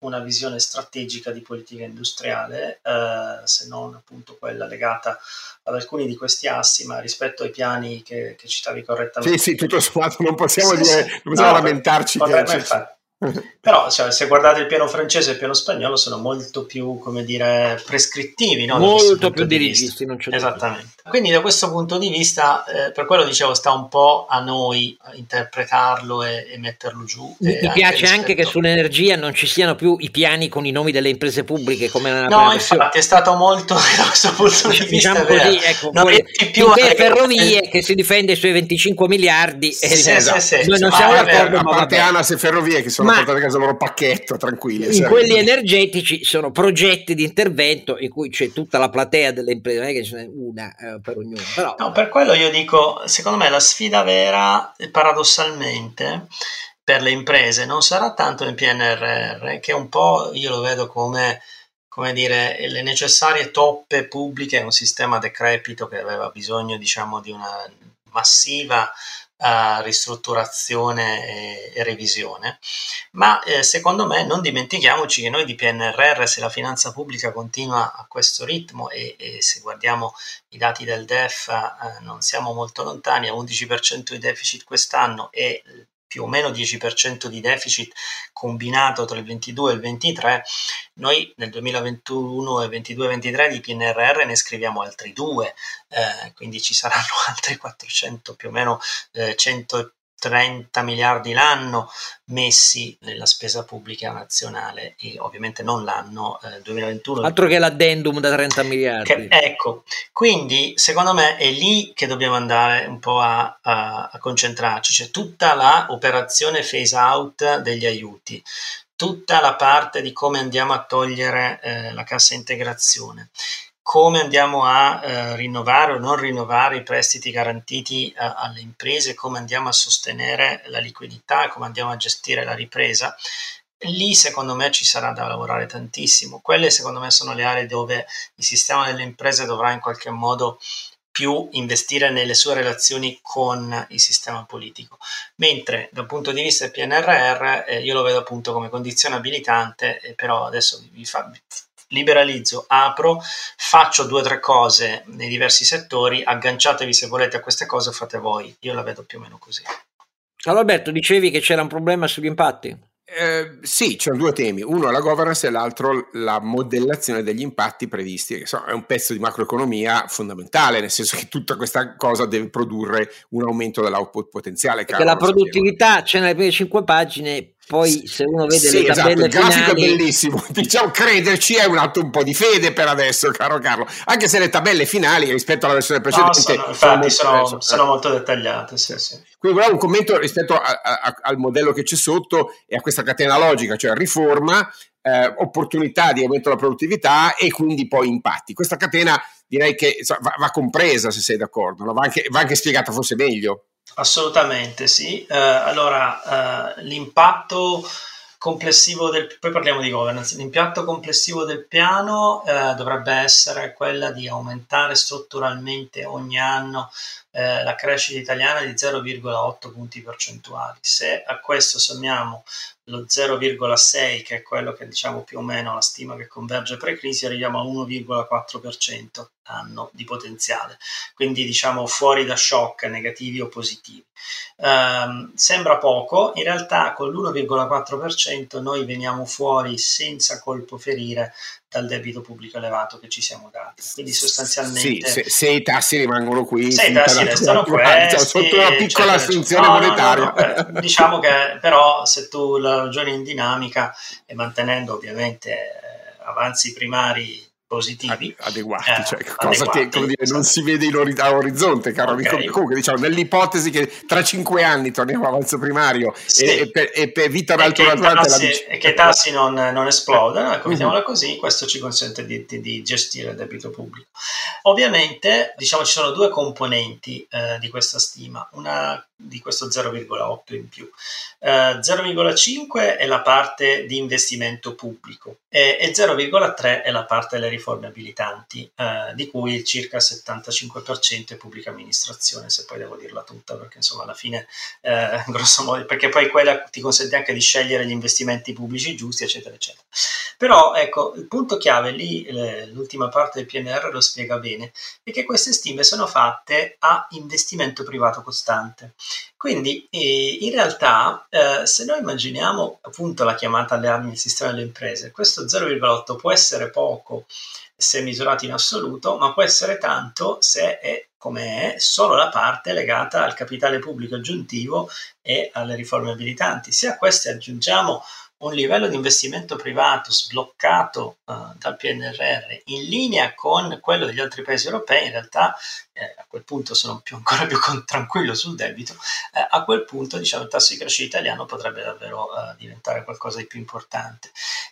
una visione strategica di politica industriale, eh, se non appunto quella legata ad alcuni di questi assi, ma rispetto ai piani che, che citavi correttamente. Sì, sì, tutto sommato non possiamo sì, dire, sì. non possiamo no, lamentarci. Vabbè, che ma però cioè, se guardate il piano francese e il piano spagnolo sono molto più, come dire, prescrittivi, no? Molto più dirigisti, non c'è esattamente. Dubbio. Quindi da questo punto di vista, eh, per quello dicevo, sta un po' a noi interpretarlo e, e metterlo giù. Mi, e mi anche piace rispetto... anche che sull'energia non ci siano più i piani con i nomi delle imprese pubbliche come nella no, infatti è stato molto da questo punto di diciamo vista così, ecco, non poi, più finché Ferrovie che si difende i suoi venticinque miliardi sì, e sì, esatto. sì, sì, noi non sì, siamo ma d'accordo, a ma parte vabbè. ANAS e Ferrovie che sono Ma portate a casa il loro pacchetto, tranquilli. In sereni. quelli energetici sono progetti di intervento in cui c'è tutta la platea delle imprese, non è che ce n'è una eh, per ognuno. Però... No, per quello io dico, secondo me la sfida vera, paradossalmente, per le imprese non sarà tanto il P N R R, che un po' io lo vedo come, come dire, le necessarie toppe pubbliche, un sistema decrepito che aveva bisogno, diciamo, di una massiva uh, ristrutturazione e, e revisione. Ma eh, secondo me non dimentichiamoci che noi di P N R R, se la finanza pubblica continua a questo ritmo e, e se guardiamo i dati del D E F, eh, non siamo molto lontani, a undici per cento di deficit quest'anno e più o meno dieci per cento di deficit combinato tra il ventidue e il ventitré, noi nel duemilaventuno e ventidue ventitré di P N R R ne scriviamo altri due, eh, quindi ci saranno altri quattrocento, più o meno eh, centotrenta miliardi l'anno messi nella spesa pubblica nazionale e ovviamente non l'anno eh, duemilaventuno. Altro che l'addendum da trenta miliardi. Che, ecco, quindi secondo me è lì che dobbiamo andare un po' a, a, a concentrarci, cioè tutta la operazione phase out degli aiuti, tutta la parte di come andiamo a togliere eh, la cassa integrazione, come andiamo a eh, rinnovare o non rinnovare i prestiti garantiti eh, alle imprese, come andiamo a sostenere la liquidità, come andiamo a gestire la ripresa. Lì secondo me ci sarà da lavorare tantissimo. Quelle secondo me sono le aree dove il sistema delle imprese dovrà in qualche modo più investire nelle sue relazioni con il sistema politico, mentre dal punto di vista del P N R R eh, io lo vedo appunto come condizione abilitante, eh, però adesso vi fa, liberalizzo, apro, faccio due o tre cose nei diversi settori, agganciatevi se volete a queste cose, fate voi. Io la vedo più o meno così. Allora Alberto, dicevi che c'era un problema sugli impatti? Eh, sì, c'erano due temi, uno la governance e l'altro la modellazione degli impatti previsti, che insomma, è un pezzo di macroeconomia fondamentale, nel senso che tutta questa cosa deve produrre un aumento dell'output potenziale. Perché la produttività c'è nelle prime cinque pagine, poi se uno vede sì, le tabelle esatto, il grafico finali... è bellissimo, diciamo crederci è un atto un po' di fede per adesso, caro Carlo, anche se le tabelle finali rispetto alla versione precedente no, sono, infatti sono, sono, sono, sono molto dettagliate, sì, sì. Quindi volevo un commento rispetto a, a, al modello che c'è sotto e a questa catena logica, cioè riforma, eh, opportunità di aumento della produttività e quindi poi impatti. Questa catena direi che insomma, va, va compresa, se sei d'accordo, no? va, anche, va anche spiegata forse meglio. Assolutamente sì. Eh, allora, eh, l'impatto complessivo del, poi parliamo di governance, l'impatto complessivo del piano eh, dovrebbe essere quella di aumentare strutturalmente ogni anno eh, la crescita italiana di zero virgola otto punti percentuali. Se a questo sommiamo lo zero virgola sei, che è quello che diciamo più o meno la stima che converge pre-crisi, arriviamo a uno virgola quattro per cento anno di potenziale, quindi diciamo fuori da shock negativi o positivi. Um, sembra poco, in realtà con l'uno virgola quattro per cento noi veniamo fuori senza colpo ferire dal debito pubblico elevato che ci siamo dati, quindi sostanzialmente sì, se, se i tassi rimangono qui, se i tassi restano questi, sotto una piccola assunzione no, monetaria, no, no, no. Diciamo che però se tu la ragioni in dinamica e mantenendo ovviamente eh, avanzi primari positivi adeguati, eh, cioè cosa adeguati, che come dire, non esatto. si vede in ori- a orizzonte, caro okay. amico. Comunque diciamo nell'ipotesi che tra cinque anni torniamo avanzo primario sì. e, e, per, e per vita e che i tassi, dice... e che i tassi non, non esplodano, ecco, mettiamola uh-huh. così, questo ci consente di, di, di gestire il debito pubblico. Ovviamente diciamo ci sono due componenti eh, di questa stima, una di questo zero virgola otto in più. Uh, zero virgola cinque è la parte di investimento pubblico e, e zero virgola tre è la parte delle riforme abilitanti, eh, di cui circa il settantacinque per cento è pubblica amministrazione, se poi devo dirla tutta, perché insomma alla fine, eh, grosso modo, perché poi quella ti consente anche di scegliere gli investimenti pubblici giusti, eccetera, eccetera. Però ecco, il punto chiave lì, eh, l'ultima parte del P N R R lo spiega bene, è che queste stime sono fatte a investimento privato costante. Quindi eh, in realtà eh, se noi immaginiamo appunto la chiamata alle armi del sistema delle imprese, questo zero virgola otto può essere poco se misurato in assoluto, ma può essere tanto se è, come è, solo la parte legata al capitale pubblico aggiuntivo e alle riforme abilitanti. Se a queste aggiungiamo un livello di investimento privato sbloccato uh, dal P N R R in linea con quello degli altri paesi europei, in realtà eh, a quel punto sono più, ancora più con, tranquillo sul debito, eh, a quel punto diciamo il tasso di crescita italiano potrebbe davvero uh, diventare qualcosa di più importante.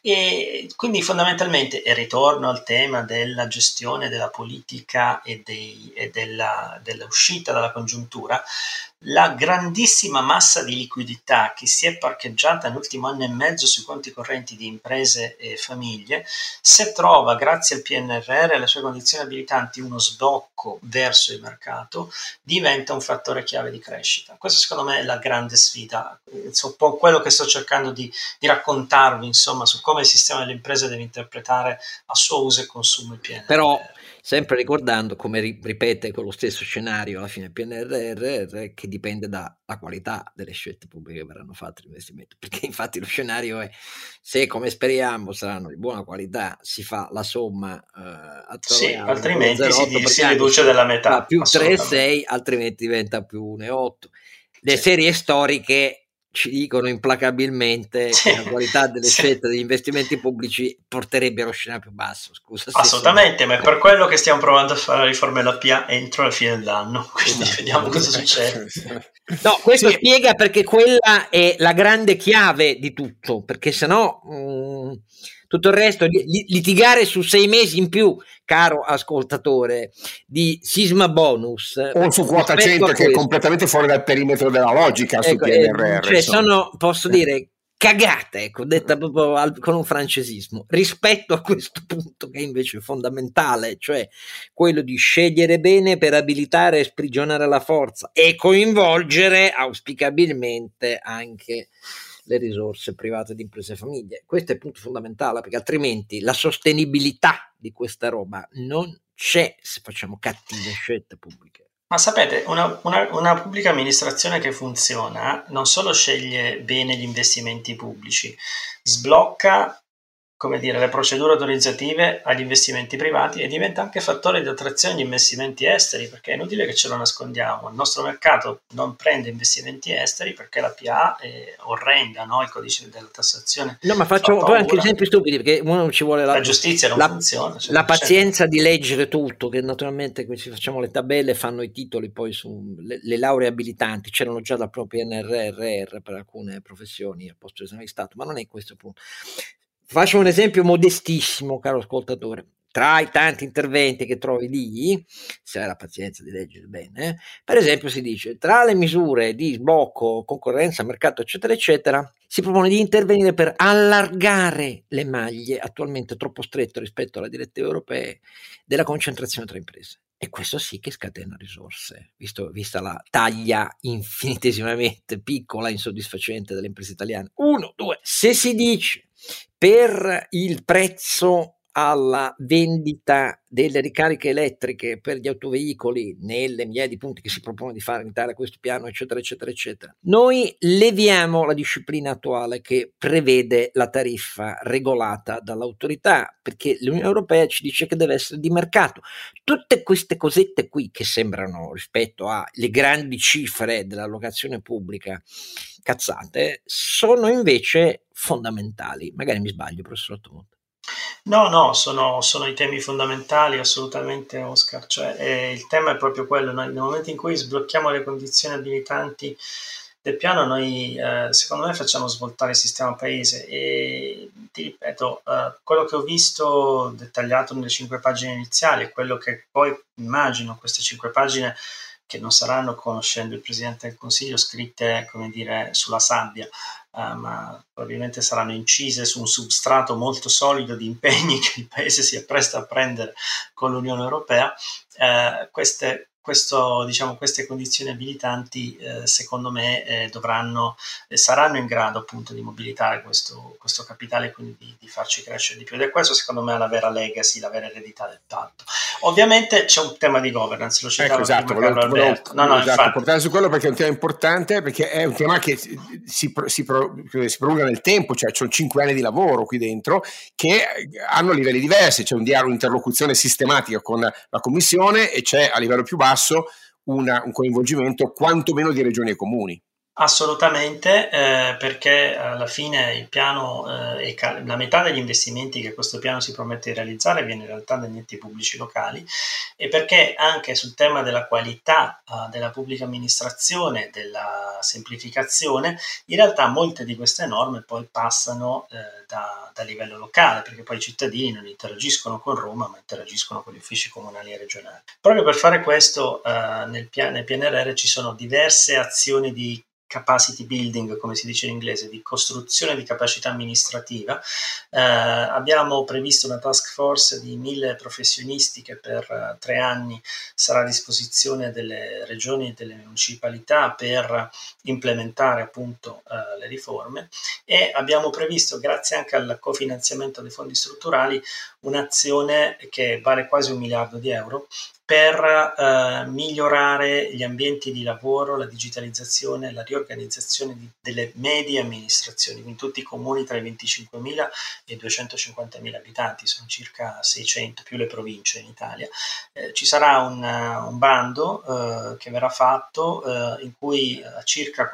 E quindi fondamentalmente, e ritorno al tema della gestione della politica e, dei, e della, dell'uscita dalla congiuntura, la grandissima massa di liquidità che si è parcheggiata nell'ultimo anno e mezzo sui conti correnti di imprese e famiglie, se trova grazie al P N R R e alle sue condizioni abilitanti uno sbocco verso il mercato, diventa un fattore chiave di crescita. Questa secondo me è la grande sfida, è un po' quello che sto cercando di, di raccontarvi, insomma, su come il sistema delle imprese deve interpretare a suo uso e consumo il P N R R. Però sempre ricordando, come ripete con lo stesso scenario alla fine il P N R R, che dipende dalla qualità delle scelte pubbliche che verranno fatte l'investimento, perché infatti lo scenario è, se come speriamo saranno di buona qualità, si fa la somma eh, attorno sì, altrimenti si, si riduce della metà, più tre virgola sei, altrimenti diventa più uno virgola otto. Le sì. serie storiche ci dicono implacabilmente sì, che la qualità delle sì. scelte degli investimenti pubblici porterebbe allo scenario più basso. Scusa, assolutamente, ma è per quello che stiamo provando a fare la riforma della P A entro la fine dell'anno, quindi esatto. Vediamo cosa succede. No, questo sì. spiega perché quella è la grande chiave di tutto, perché sennò mh, tutto il resto, li, litigare su sei mesi in più, caro ascoltatore, di sisma bonus o su quota cento, che è completamente fuori dal perimetro della logica, ecco, sul P N R R, cioè sono, posso dire, cagate, ecco, detta proprio al, con un francesismo, rispetto a questo punto che invece è fondamentale, cioè quello di scegliere bene per abilitare e sprigionare la forza e coinvolgere auspicabilmente anche le risorse private di imprese e famiglie. Questo è il punto fondamentale, perché altrimenti la sostenibilità di questa roba non c'è se facciamo cattive scelte pubbliche. Ma sapete, una, una, una pubblica amministrazione che funziona non solo sceglie bene gli investimenti pubblici, sblocca, come dire, le procedure autorizzative agli investimenti privati e diventa anche fattore di attrazione di investimenti esteri, perché è inutile che ce lo nascondiamo. Il nostro mercato non prende investimenti esteri perché la P A è orrenda, no? Il codice della tassazione. No, ma faccio poi anche esempi stupidi, perché uno ci vuole la, la giustizia non la, funziona. Cioè la pazienza di leggere tutto, che naturalmente qui ci facciamo le tabelle, fanno i titoli poi su le, le lauree abilitanti, c'erano già dal proprio P N R R per alcune professioni al posto di esame di Stato, ma non è questo il punto. Faccio un esempio modestissimo, caro ascoltatore. Tra i tanti interventi che trovi lì, se hai la pazienza di leggere bene, eh, per esempio si dice, tra le misure di sblocco, concorrenza, mercato, eccetera, eccetera, si propone di intervenire per allargare le maglie attualmente troppo strette rispetto alle direttive europee della concentrazione tra imprese. E questo sì che scatena risorse, visto, vista la taglia infinitesimamente piccola e insoddisfacente delle imprese italiane. Uno, due. Se si dice per il prezzo alla vendita delle ricariche elettriche per gli autoveicoli nelle migliaia di punti che si propone di fare in Italia questo piano, eccetera, eccetera, eccetera, noi leviamo la disciplina attuale che prevede la tariffa regolata dall'autorità, perché l'Unione Europea ci dice che deve essere di mercato. Tutte queste cosette qui che sembrano, rispetto alle grandi cifre dell'allocazione pubblica, cazzate, sono invece fondamentali. Magari mi sbaglio, professor Ottomonte. No, no, sono, sono i temi fondamentali, assolutamente, Oscar. Cioè, eh, il tema è proprio quello, noi, nel momento in cui sblocchiamo le condizioni abilitanti del piano, noi eh, secondo me facciamo svoltare il sistema paese e ti ripeto, eh, quello che ho visto dettagliato nelle cinque pagine iniziali è quello che poi immagino queste cinque pagine che non saranno, conoscendo il Presidente del Consiglio, scritte, come dire, sulla sabbia, uh, ma probabilmente saranno incise su un substrato molto solido di impegni che il Paese si appresta a prendere con l'Unione Europea. Uh, queste Questo, diciamo, queste condizioni abilitanti eh, secondo me eh, dovranno eh, saranno in grado appunto di mobilitare questo, questo capitale e quindi di, di farci crescere di più, ed è questo secondo me la vera legacy, la vera eredità del patto. Ovviamente c'è un tema di governance, lo citava ecco, esatto, prima volevo, Carlo volevo, Alberto. No, no, esatto, infatti. portare su quello perché è un tema importante, perché è un tema che si, si, si, si prolunga nel tempo, cioè ci sono cinque anni di lavoro qui dentro che hanno livelli diversi, c'è un dialogo, un'interlocuzione sistematica con la Commissione e c'è a livello più basso Una, un coinvolgimento quantomeno di regioni e comuni. Assolutamente, eh, perché alla fine il piano, eh, è la metà degli investimenti che questo piano si promette di realizzare viene in realtà dagli enti pubblici locali, e perché anche sul tema della qualità eh, della pubblica amministrazione, della semplificazione, in realtà molte di queste norme poi passano eh, da, da livello locale, perché poi i cittadini non interagiscono con Roma ma interagiscono con gli uffici comunali e regionali. Proprio per fare questo eh, nel, pian- nel P N R R ci sono diverse azioni di capacity building, come si dice in inglese, di costruzione di capacità amministrativa. Eh, abbiamo previsto una task force di mille professionisti che per uh, tre anni sarà a disposizione delle regioni e delle municipalità per implementare appunto uh, le riforme, e abbiamo previsto, grazie anche al cofinanziamento dei fondi strutturali, un'azione che vale quasi un miliardo di euro per eh, migliorare gli ambienti di lavoro, la digitalizzazione, la riorganizzazione di, delle medie amministrazioni, quindi tutti i comuni tra i venticinquemila e i duecentocinquantamila abitanti, sono circa seicento, più le province in Italia. Eh, ci sarà un, uh, un bando uh, che verrà fatto uh, in cui uh, circa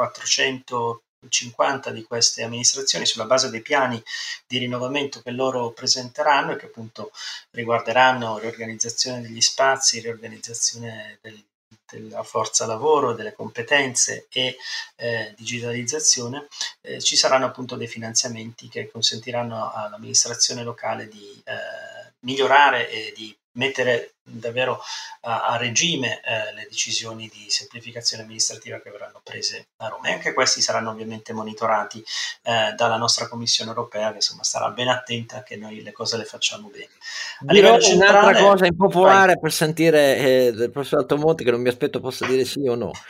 quattrocentocinquanta di queste amministrazioni, sulla base dei piani di rinnovamento che loro presenteranno e che appunto riguarderanno riorganizzazione degli spazi, riorganizzazione del, della forza lavoro, delle competenze e eh, digitalizzazione, eh, ci saranno appunto dei finanziamenti che consentiranno all'amministrazione locale di eh, migliorare e di mettere davvero a, a regime eh, le decisioni di semplificazione amministrativa che verranno prese a Roma, e anche questi saranno ovviamente monitorati eh, dalla nostra Commissione Europea, che insomma starà ben attenta che noi le cose le facciamo bene. A Dirò livello centrale, un'altra cosa impopolare vai. per sentire eh, del professor Altomonte, che non mi aspetto possa dire sì o no.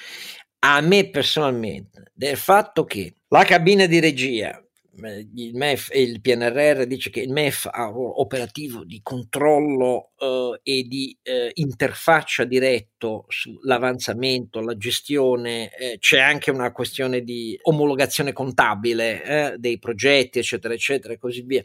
A me personalmente, del fatto che la cabina di regia, il M E F e il P N R R dice che il M E F ha un ruolo operativo di controllo eh, e di eh, interfaccia diretto sull'avanzamento, la gestione, eh, c'è anche una questione di omologazione contabile eh, dei progetti, eccetera, eccetera, e così via.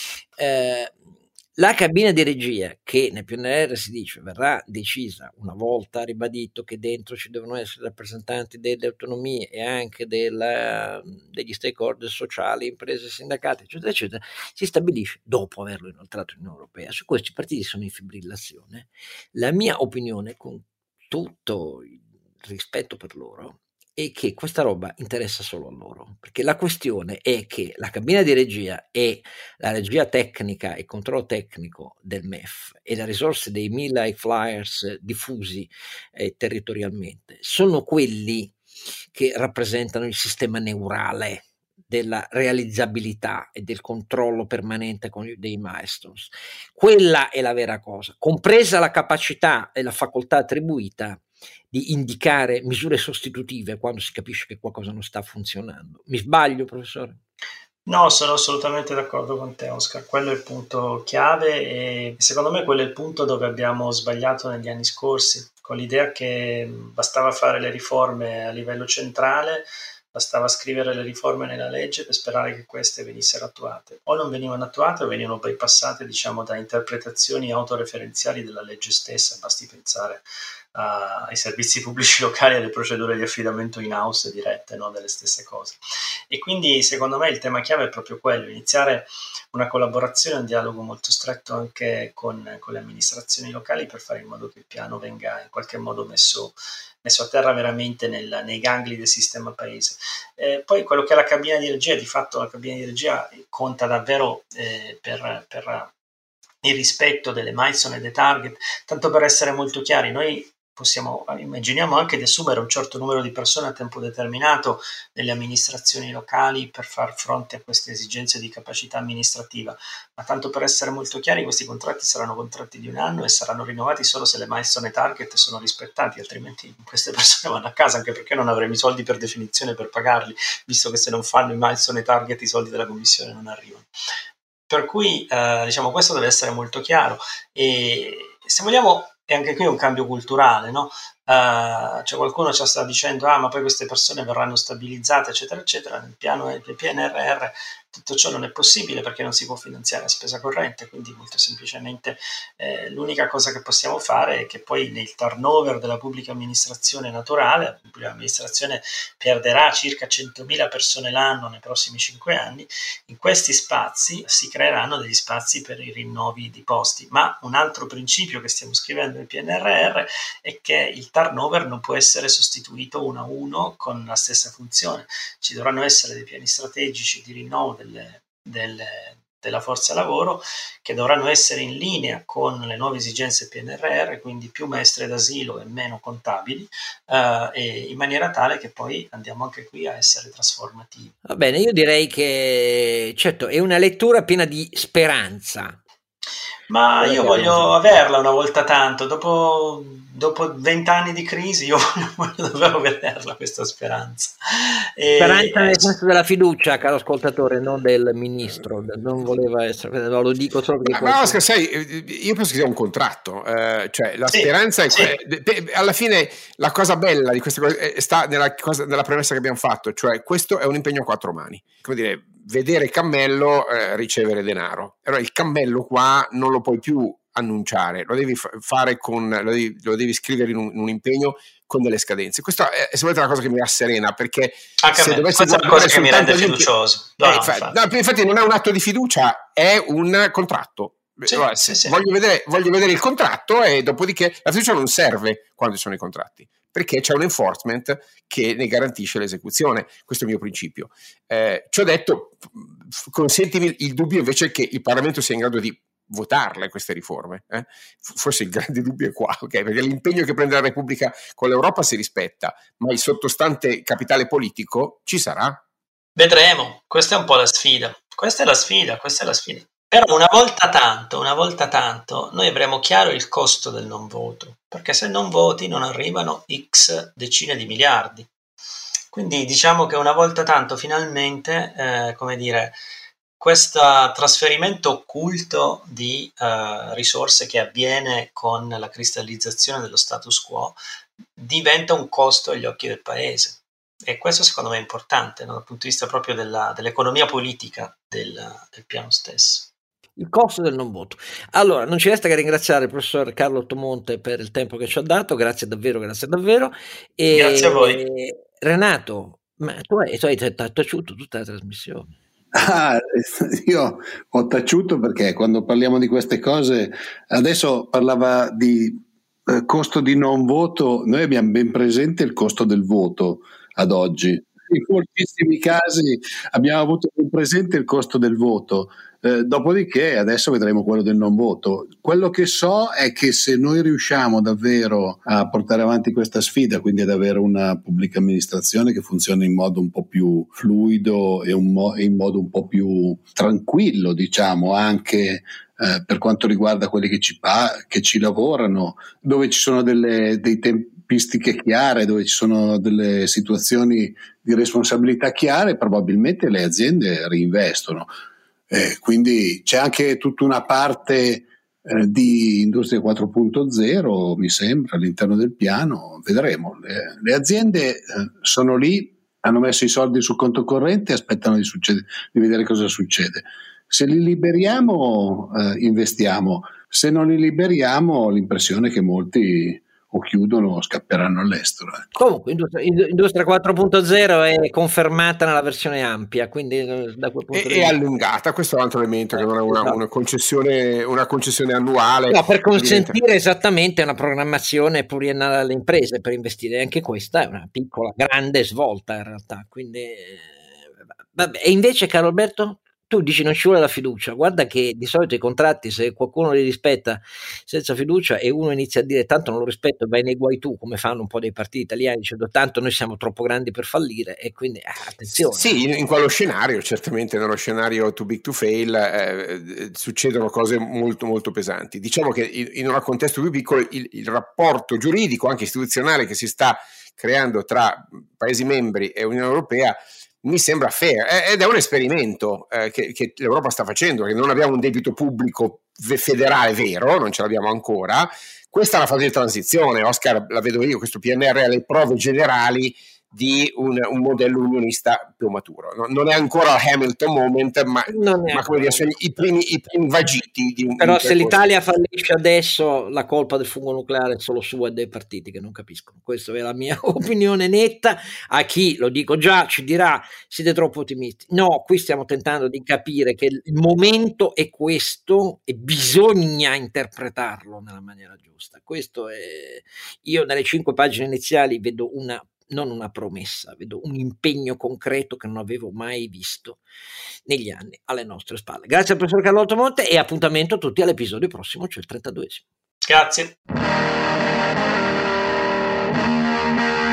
Eh, La cabina di regia, che nel P N R R si dice verrà decisa una volta ribadito che dentro ci devono essere rappresentanti delle autonomie e anche della, degli stakeholder sociali, imprese, sindacati, eccetera, eccetera, si stabilisce dopo averlo inoltrato in Europea. Su questo i partiti sono in fibrillazione. La mia opinione, con tutto il rispetto per loro, e che questa roba interessa solo a loro, perché la questione è che la cabina di regia e la regia tecnica e controllo tecnico del M E F e le risorse dei mille flyers diffusi eh, territorialmente sono quelli che rappresentano il sistema neurale della realizzabilità e del controllo permanente con gli, dei milestones. Quella è la vera cosa, compresa la capacità e la facoltà attribuita di indicare misure sostitutive quando si capisce che qualcosa non sta funzionando. Mi sbaglio, professore? No, sono assolutamente d'accordo con te, Oscar. Quello è il punto chiave e secondo me quello è il punto dove abbiamo sbagliato negli anni scorsi, con l'idea che bastava fare le riforme a livello centrale, bastava scrivere le riforme nella legge per sperare che queste venissero attuate. O non venivano attuate o venivano bypassate, diciamo, da interpretazioni autoreferenziali della legge stessa. Basti pensare uh, ai servizi pubblici locali e alle procedure di affidamento in house dirette, no, delle stesse cose. E quindi secondo me il tema chiave è proprio quello, iniziare una collaborazione, un dialogo molto stretto anche con, con le amministrazioni locali per fare in modo che il piano venga in qualche modo messo messo a terra veramente nel, nei gangli del sistema paese. Eh, poi quello che è la cabina di regia, di fatto la cabina di regia conta davvero eh, per, per il rispetto delle milestone e dei target. Tanto per essere molto chiari, noi possiamo, immaginiamo anche di assumere un certo numero di persone a tempo determinato nelle amministrazioni locali per far fronte a queste esigenze di capacità amministrativa, ma tanto per essere molto chiari, questi contratti saranno contratti di un anno e saranno rinnovati solo se le milestone target sono rispettati, altrimenti queste persone vanno a casa, anche perché non avremo i soldi per definizione per pagarli, visto che se non fanno i milestone target i soldi della commissione non arrivano. Per cui eh, diciamo questo deve essere molto chiaro, e se vogliamo è anche qui un cambio culturale, no? Uh, cioè qualcuno ci sta dicendo ah ma poi queste persone verranno stabilizzate eccetera eccetera, nel piano del P N R R tutto ciò non è possibile perché non si può finanziare a spesa corrente, quindi molto semplicemente eh, l'unica cosa che possiamo fare è che poi nel turnover della pubblica amministrazione naturale, la pubblica amministrazione perderà circa centomila persone l'anno nei prossimi cinque anni, in questi spazi si creeranno degli spazi per i rinnovi di posti, ma un altro principio che stiamo scrivendo nel P N R R è che il turnover non può essere sostituito uno a uno con la stessa funzione, ci dovranno essere dei piani strategici di rinnovo delle, delle, della forza lavoro che dovranno essere in linea con le nuove esigenze P N R R, quindi più maestre d'asilo e meno contabili, eh, e in maniera tale che poi andiamo anche qui a essere trasformativi. Va bene, io direi che certo è una lettura piena di speranza. Ma io voglio averla una volta tanto, dopo dopo vent'anni di crisi io voglio davvero vederla questa speranza. E, speranza nel senso della fiducia, caro ascoltatore, non del ministro, non voleva essere, no, lo dico solo perché... Ma, ma Oscar, sai, io penso che sia un contratto, eh, cioè la sì, speranza è sì. que- alla fine la cosa bella di queste cose sta nella, cosa, nella premessa che abbiamo fatto, cioè questo è un impegno a quattro mani, come dire, vedere il cammello, eh, ricevere denaro. Allora il cammello qua non lo puoi più annunciare, lo devi fare con, lo devi, lo devi scrivere in un, in un impegno con delle scadenze. Questa è, è sicuramente una cosa che mi rasserena, perché anche se dovessi questa è una cosa che mi rende fiducioso. No, eh, infatti, no, infatti non è un atto di fiducia, è un contratto. Sì, allora, sì, sì. Voglio, vedere, voglio vedere il contratto, e dopodiché la fiducia non serve quando ci sono i contratti, perché c'è un enforcement che ne garantisce l'esecuzione. Questo è il mio principio. Eh, ci ho detto, consentimi il dubbio invece che il Parlamento sia in grado di votarle queste riforme, eh? Forse il grande dubbio è qua, okay? Perché l'impegno che prende la Repubblica con l'Europa si rispetta, ma il sottostante capitale politico ci sarà? Vedremo, questa è un po' la sfida, questa è la sfida, questa è la sfida. Però una volta tanto, una volta tanto, noi avremo chiaro il costo del non voto, perché se non voti non arrivano X decine di miliardi. Quindi diciamo che una volta tanto finalmente, eh, come dire, questo trasferimento occulto di uh, risorse che avviene con la cristallizzazione dello status quo diventa un costo agli occhi del paese, e questo secondo me è importante, no? Dal punto di vista proprio della, dell'economia politica del, del piano stesso. Il costo del non voto. Allora, non ci resta che ringraziare il professor Carlo Tomonte per il tempo che ci ha dato, grazie davvero, grazie davvero. E grazie a voi. Renato, ma tu hai, tu hai taciuto tutta la trasmissione. Ah, io ho taciuto perché quando parliamo di queste cose, adesso parlava di eh, costo di non voto, noi abbiamo ben presente il costo del voto ad oggi. In moltissimi casi abbiamo avuto ben presente il costo del voto, eh, dopodiché adesso vedremo quello del non voto. Quello che so è che se noi riusciamo davvero a portare avanti questa sfida, quindi ad avere una pubblica amministrazione che funziona in modo un po' più fluido e, un mo- e in modo un po' più tranquillo, diciamo, anche eh, per quanto riguarda quelli che ci, pa- che ci lavorano, dove ci sono delle, dei tempistiche chiare, dove ci sono delle situazioni di responsabilità chiare, probabilmente le aziende reinvestono. Eh, quindi c'è anche tutta una parte eh, di industria quattro punto zero, mi sembra, all'interno del piano. Vedremo. Le, le aziende eh, sono lì, hanno messo i soldi sul conto corrente e aspettano di, succede, di vedere cosa succede. Se li liberiamo, eh, investiamo. Se non li liberiamo, l'impressione è che molti o chiudono o scapperanno all'estero. Comunque Industria, Industria quattro punto zero è confermata nella versione ampia, quindi da quel punto e, di è vista allungata. Questo è un altro elemento, che non è una, una concessione una concessione annuale, no, per consentire diventa... esattamente una programmazione pluriennale alle imprese per investire. Anche questa è una piccola grande svolta in realtà, quindi vabbè. E invece, caro Alberto, tu dici non ci vuole la fiducia, guarda che di solito i contratti, se qualcuno li rispetta senza fiducia e uno inizia a dire tanto non lo rispetto, vai nei guai tu, come fanno un po' dei partiti italiani dicendo tanto noi siamo troppo grandi per fallire, e quindi eh, attenzione. Sì, in, in quello scenario, certamente nello scenario too big to fail eh, succedono cose molto molto pesanti. Diciamo che in, in un contesto più piccolo il, il rapporto giuridico, anche istituzionale, che si sta creando tra Paesi membri e Unione Europea mi sembra fair, ed è un esperimento eh, che, che l'Europa sta facendo, che non abbiamo un debito pubblico federale vero, non ce l'abbiamo ancora. Questa è la fase di transizione, Oscar, la vedo io, questo P N R è le prove generali di un, un modello unionista più maturo. No, non è ancora il Hamilton moment, ma, ma come dire, sono i primi, i primi vagiti di un Però un se l'Italia fallisce adesso, la colpa del fungo nucleare è solo sua e dei partiti che non capiscono. Questa è la mia opinione netta. A chi, lo dico già, ci dirà siete troppo ottimisti. No, qui stiamo tentando di capire che il momento è questo e bisogna interpretarlo nella maniera giusta. Questo è, io nelle cinque pagine iniziali vedo una non una promessa, vedo un impegno concreto che non avevo mai visto negli anni alle nostre spalle. Grazie al professor Carlo Altomonte e appuntamento a tutti all'episodio prossimo, cioè il trentaduesimo. Grazie.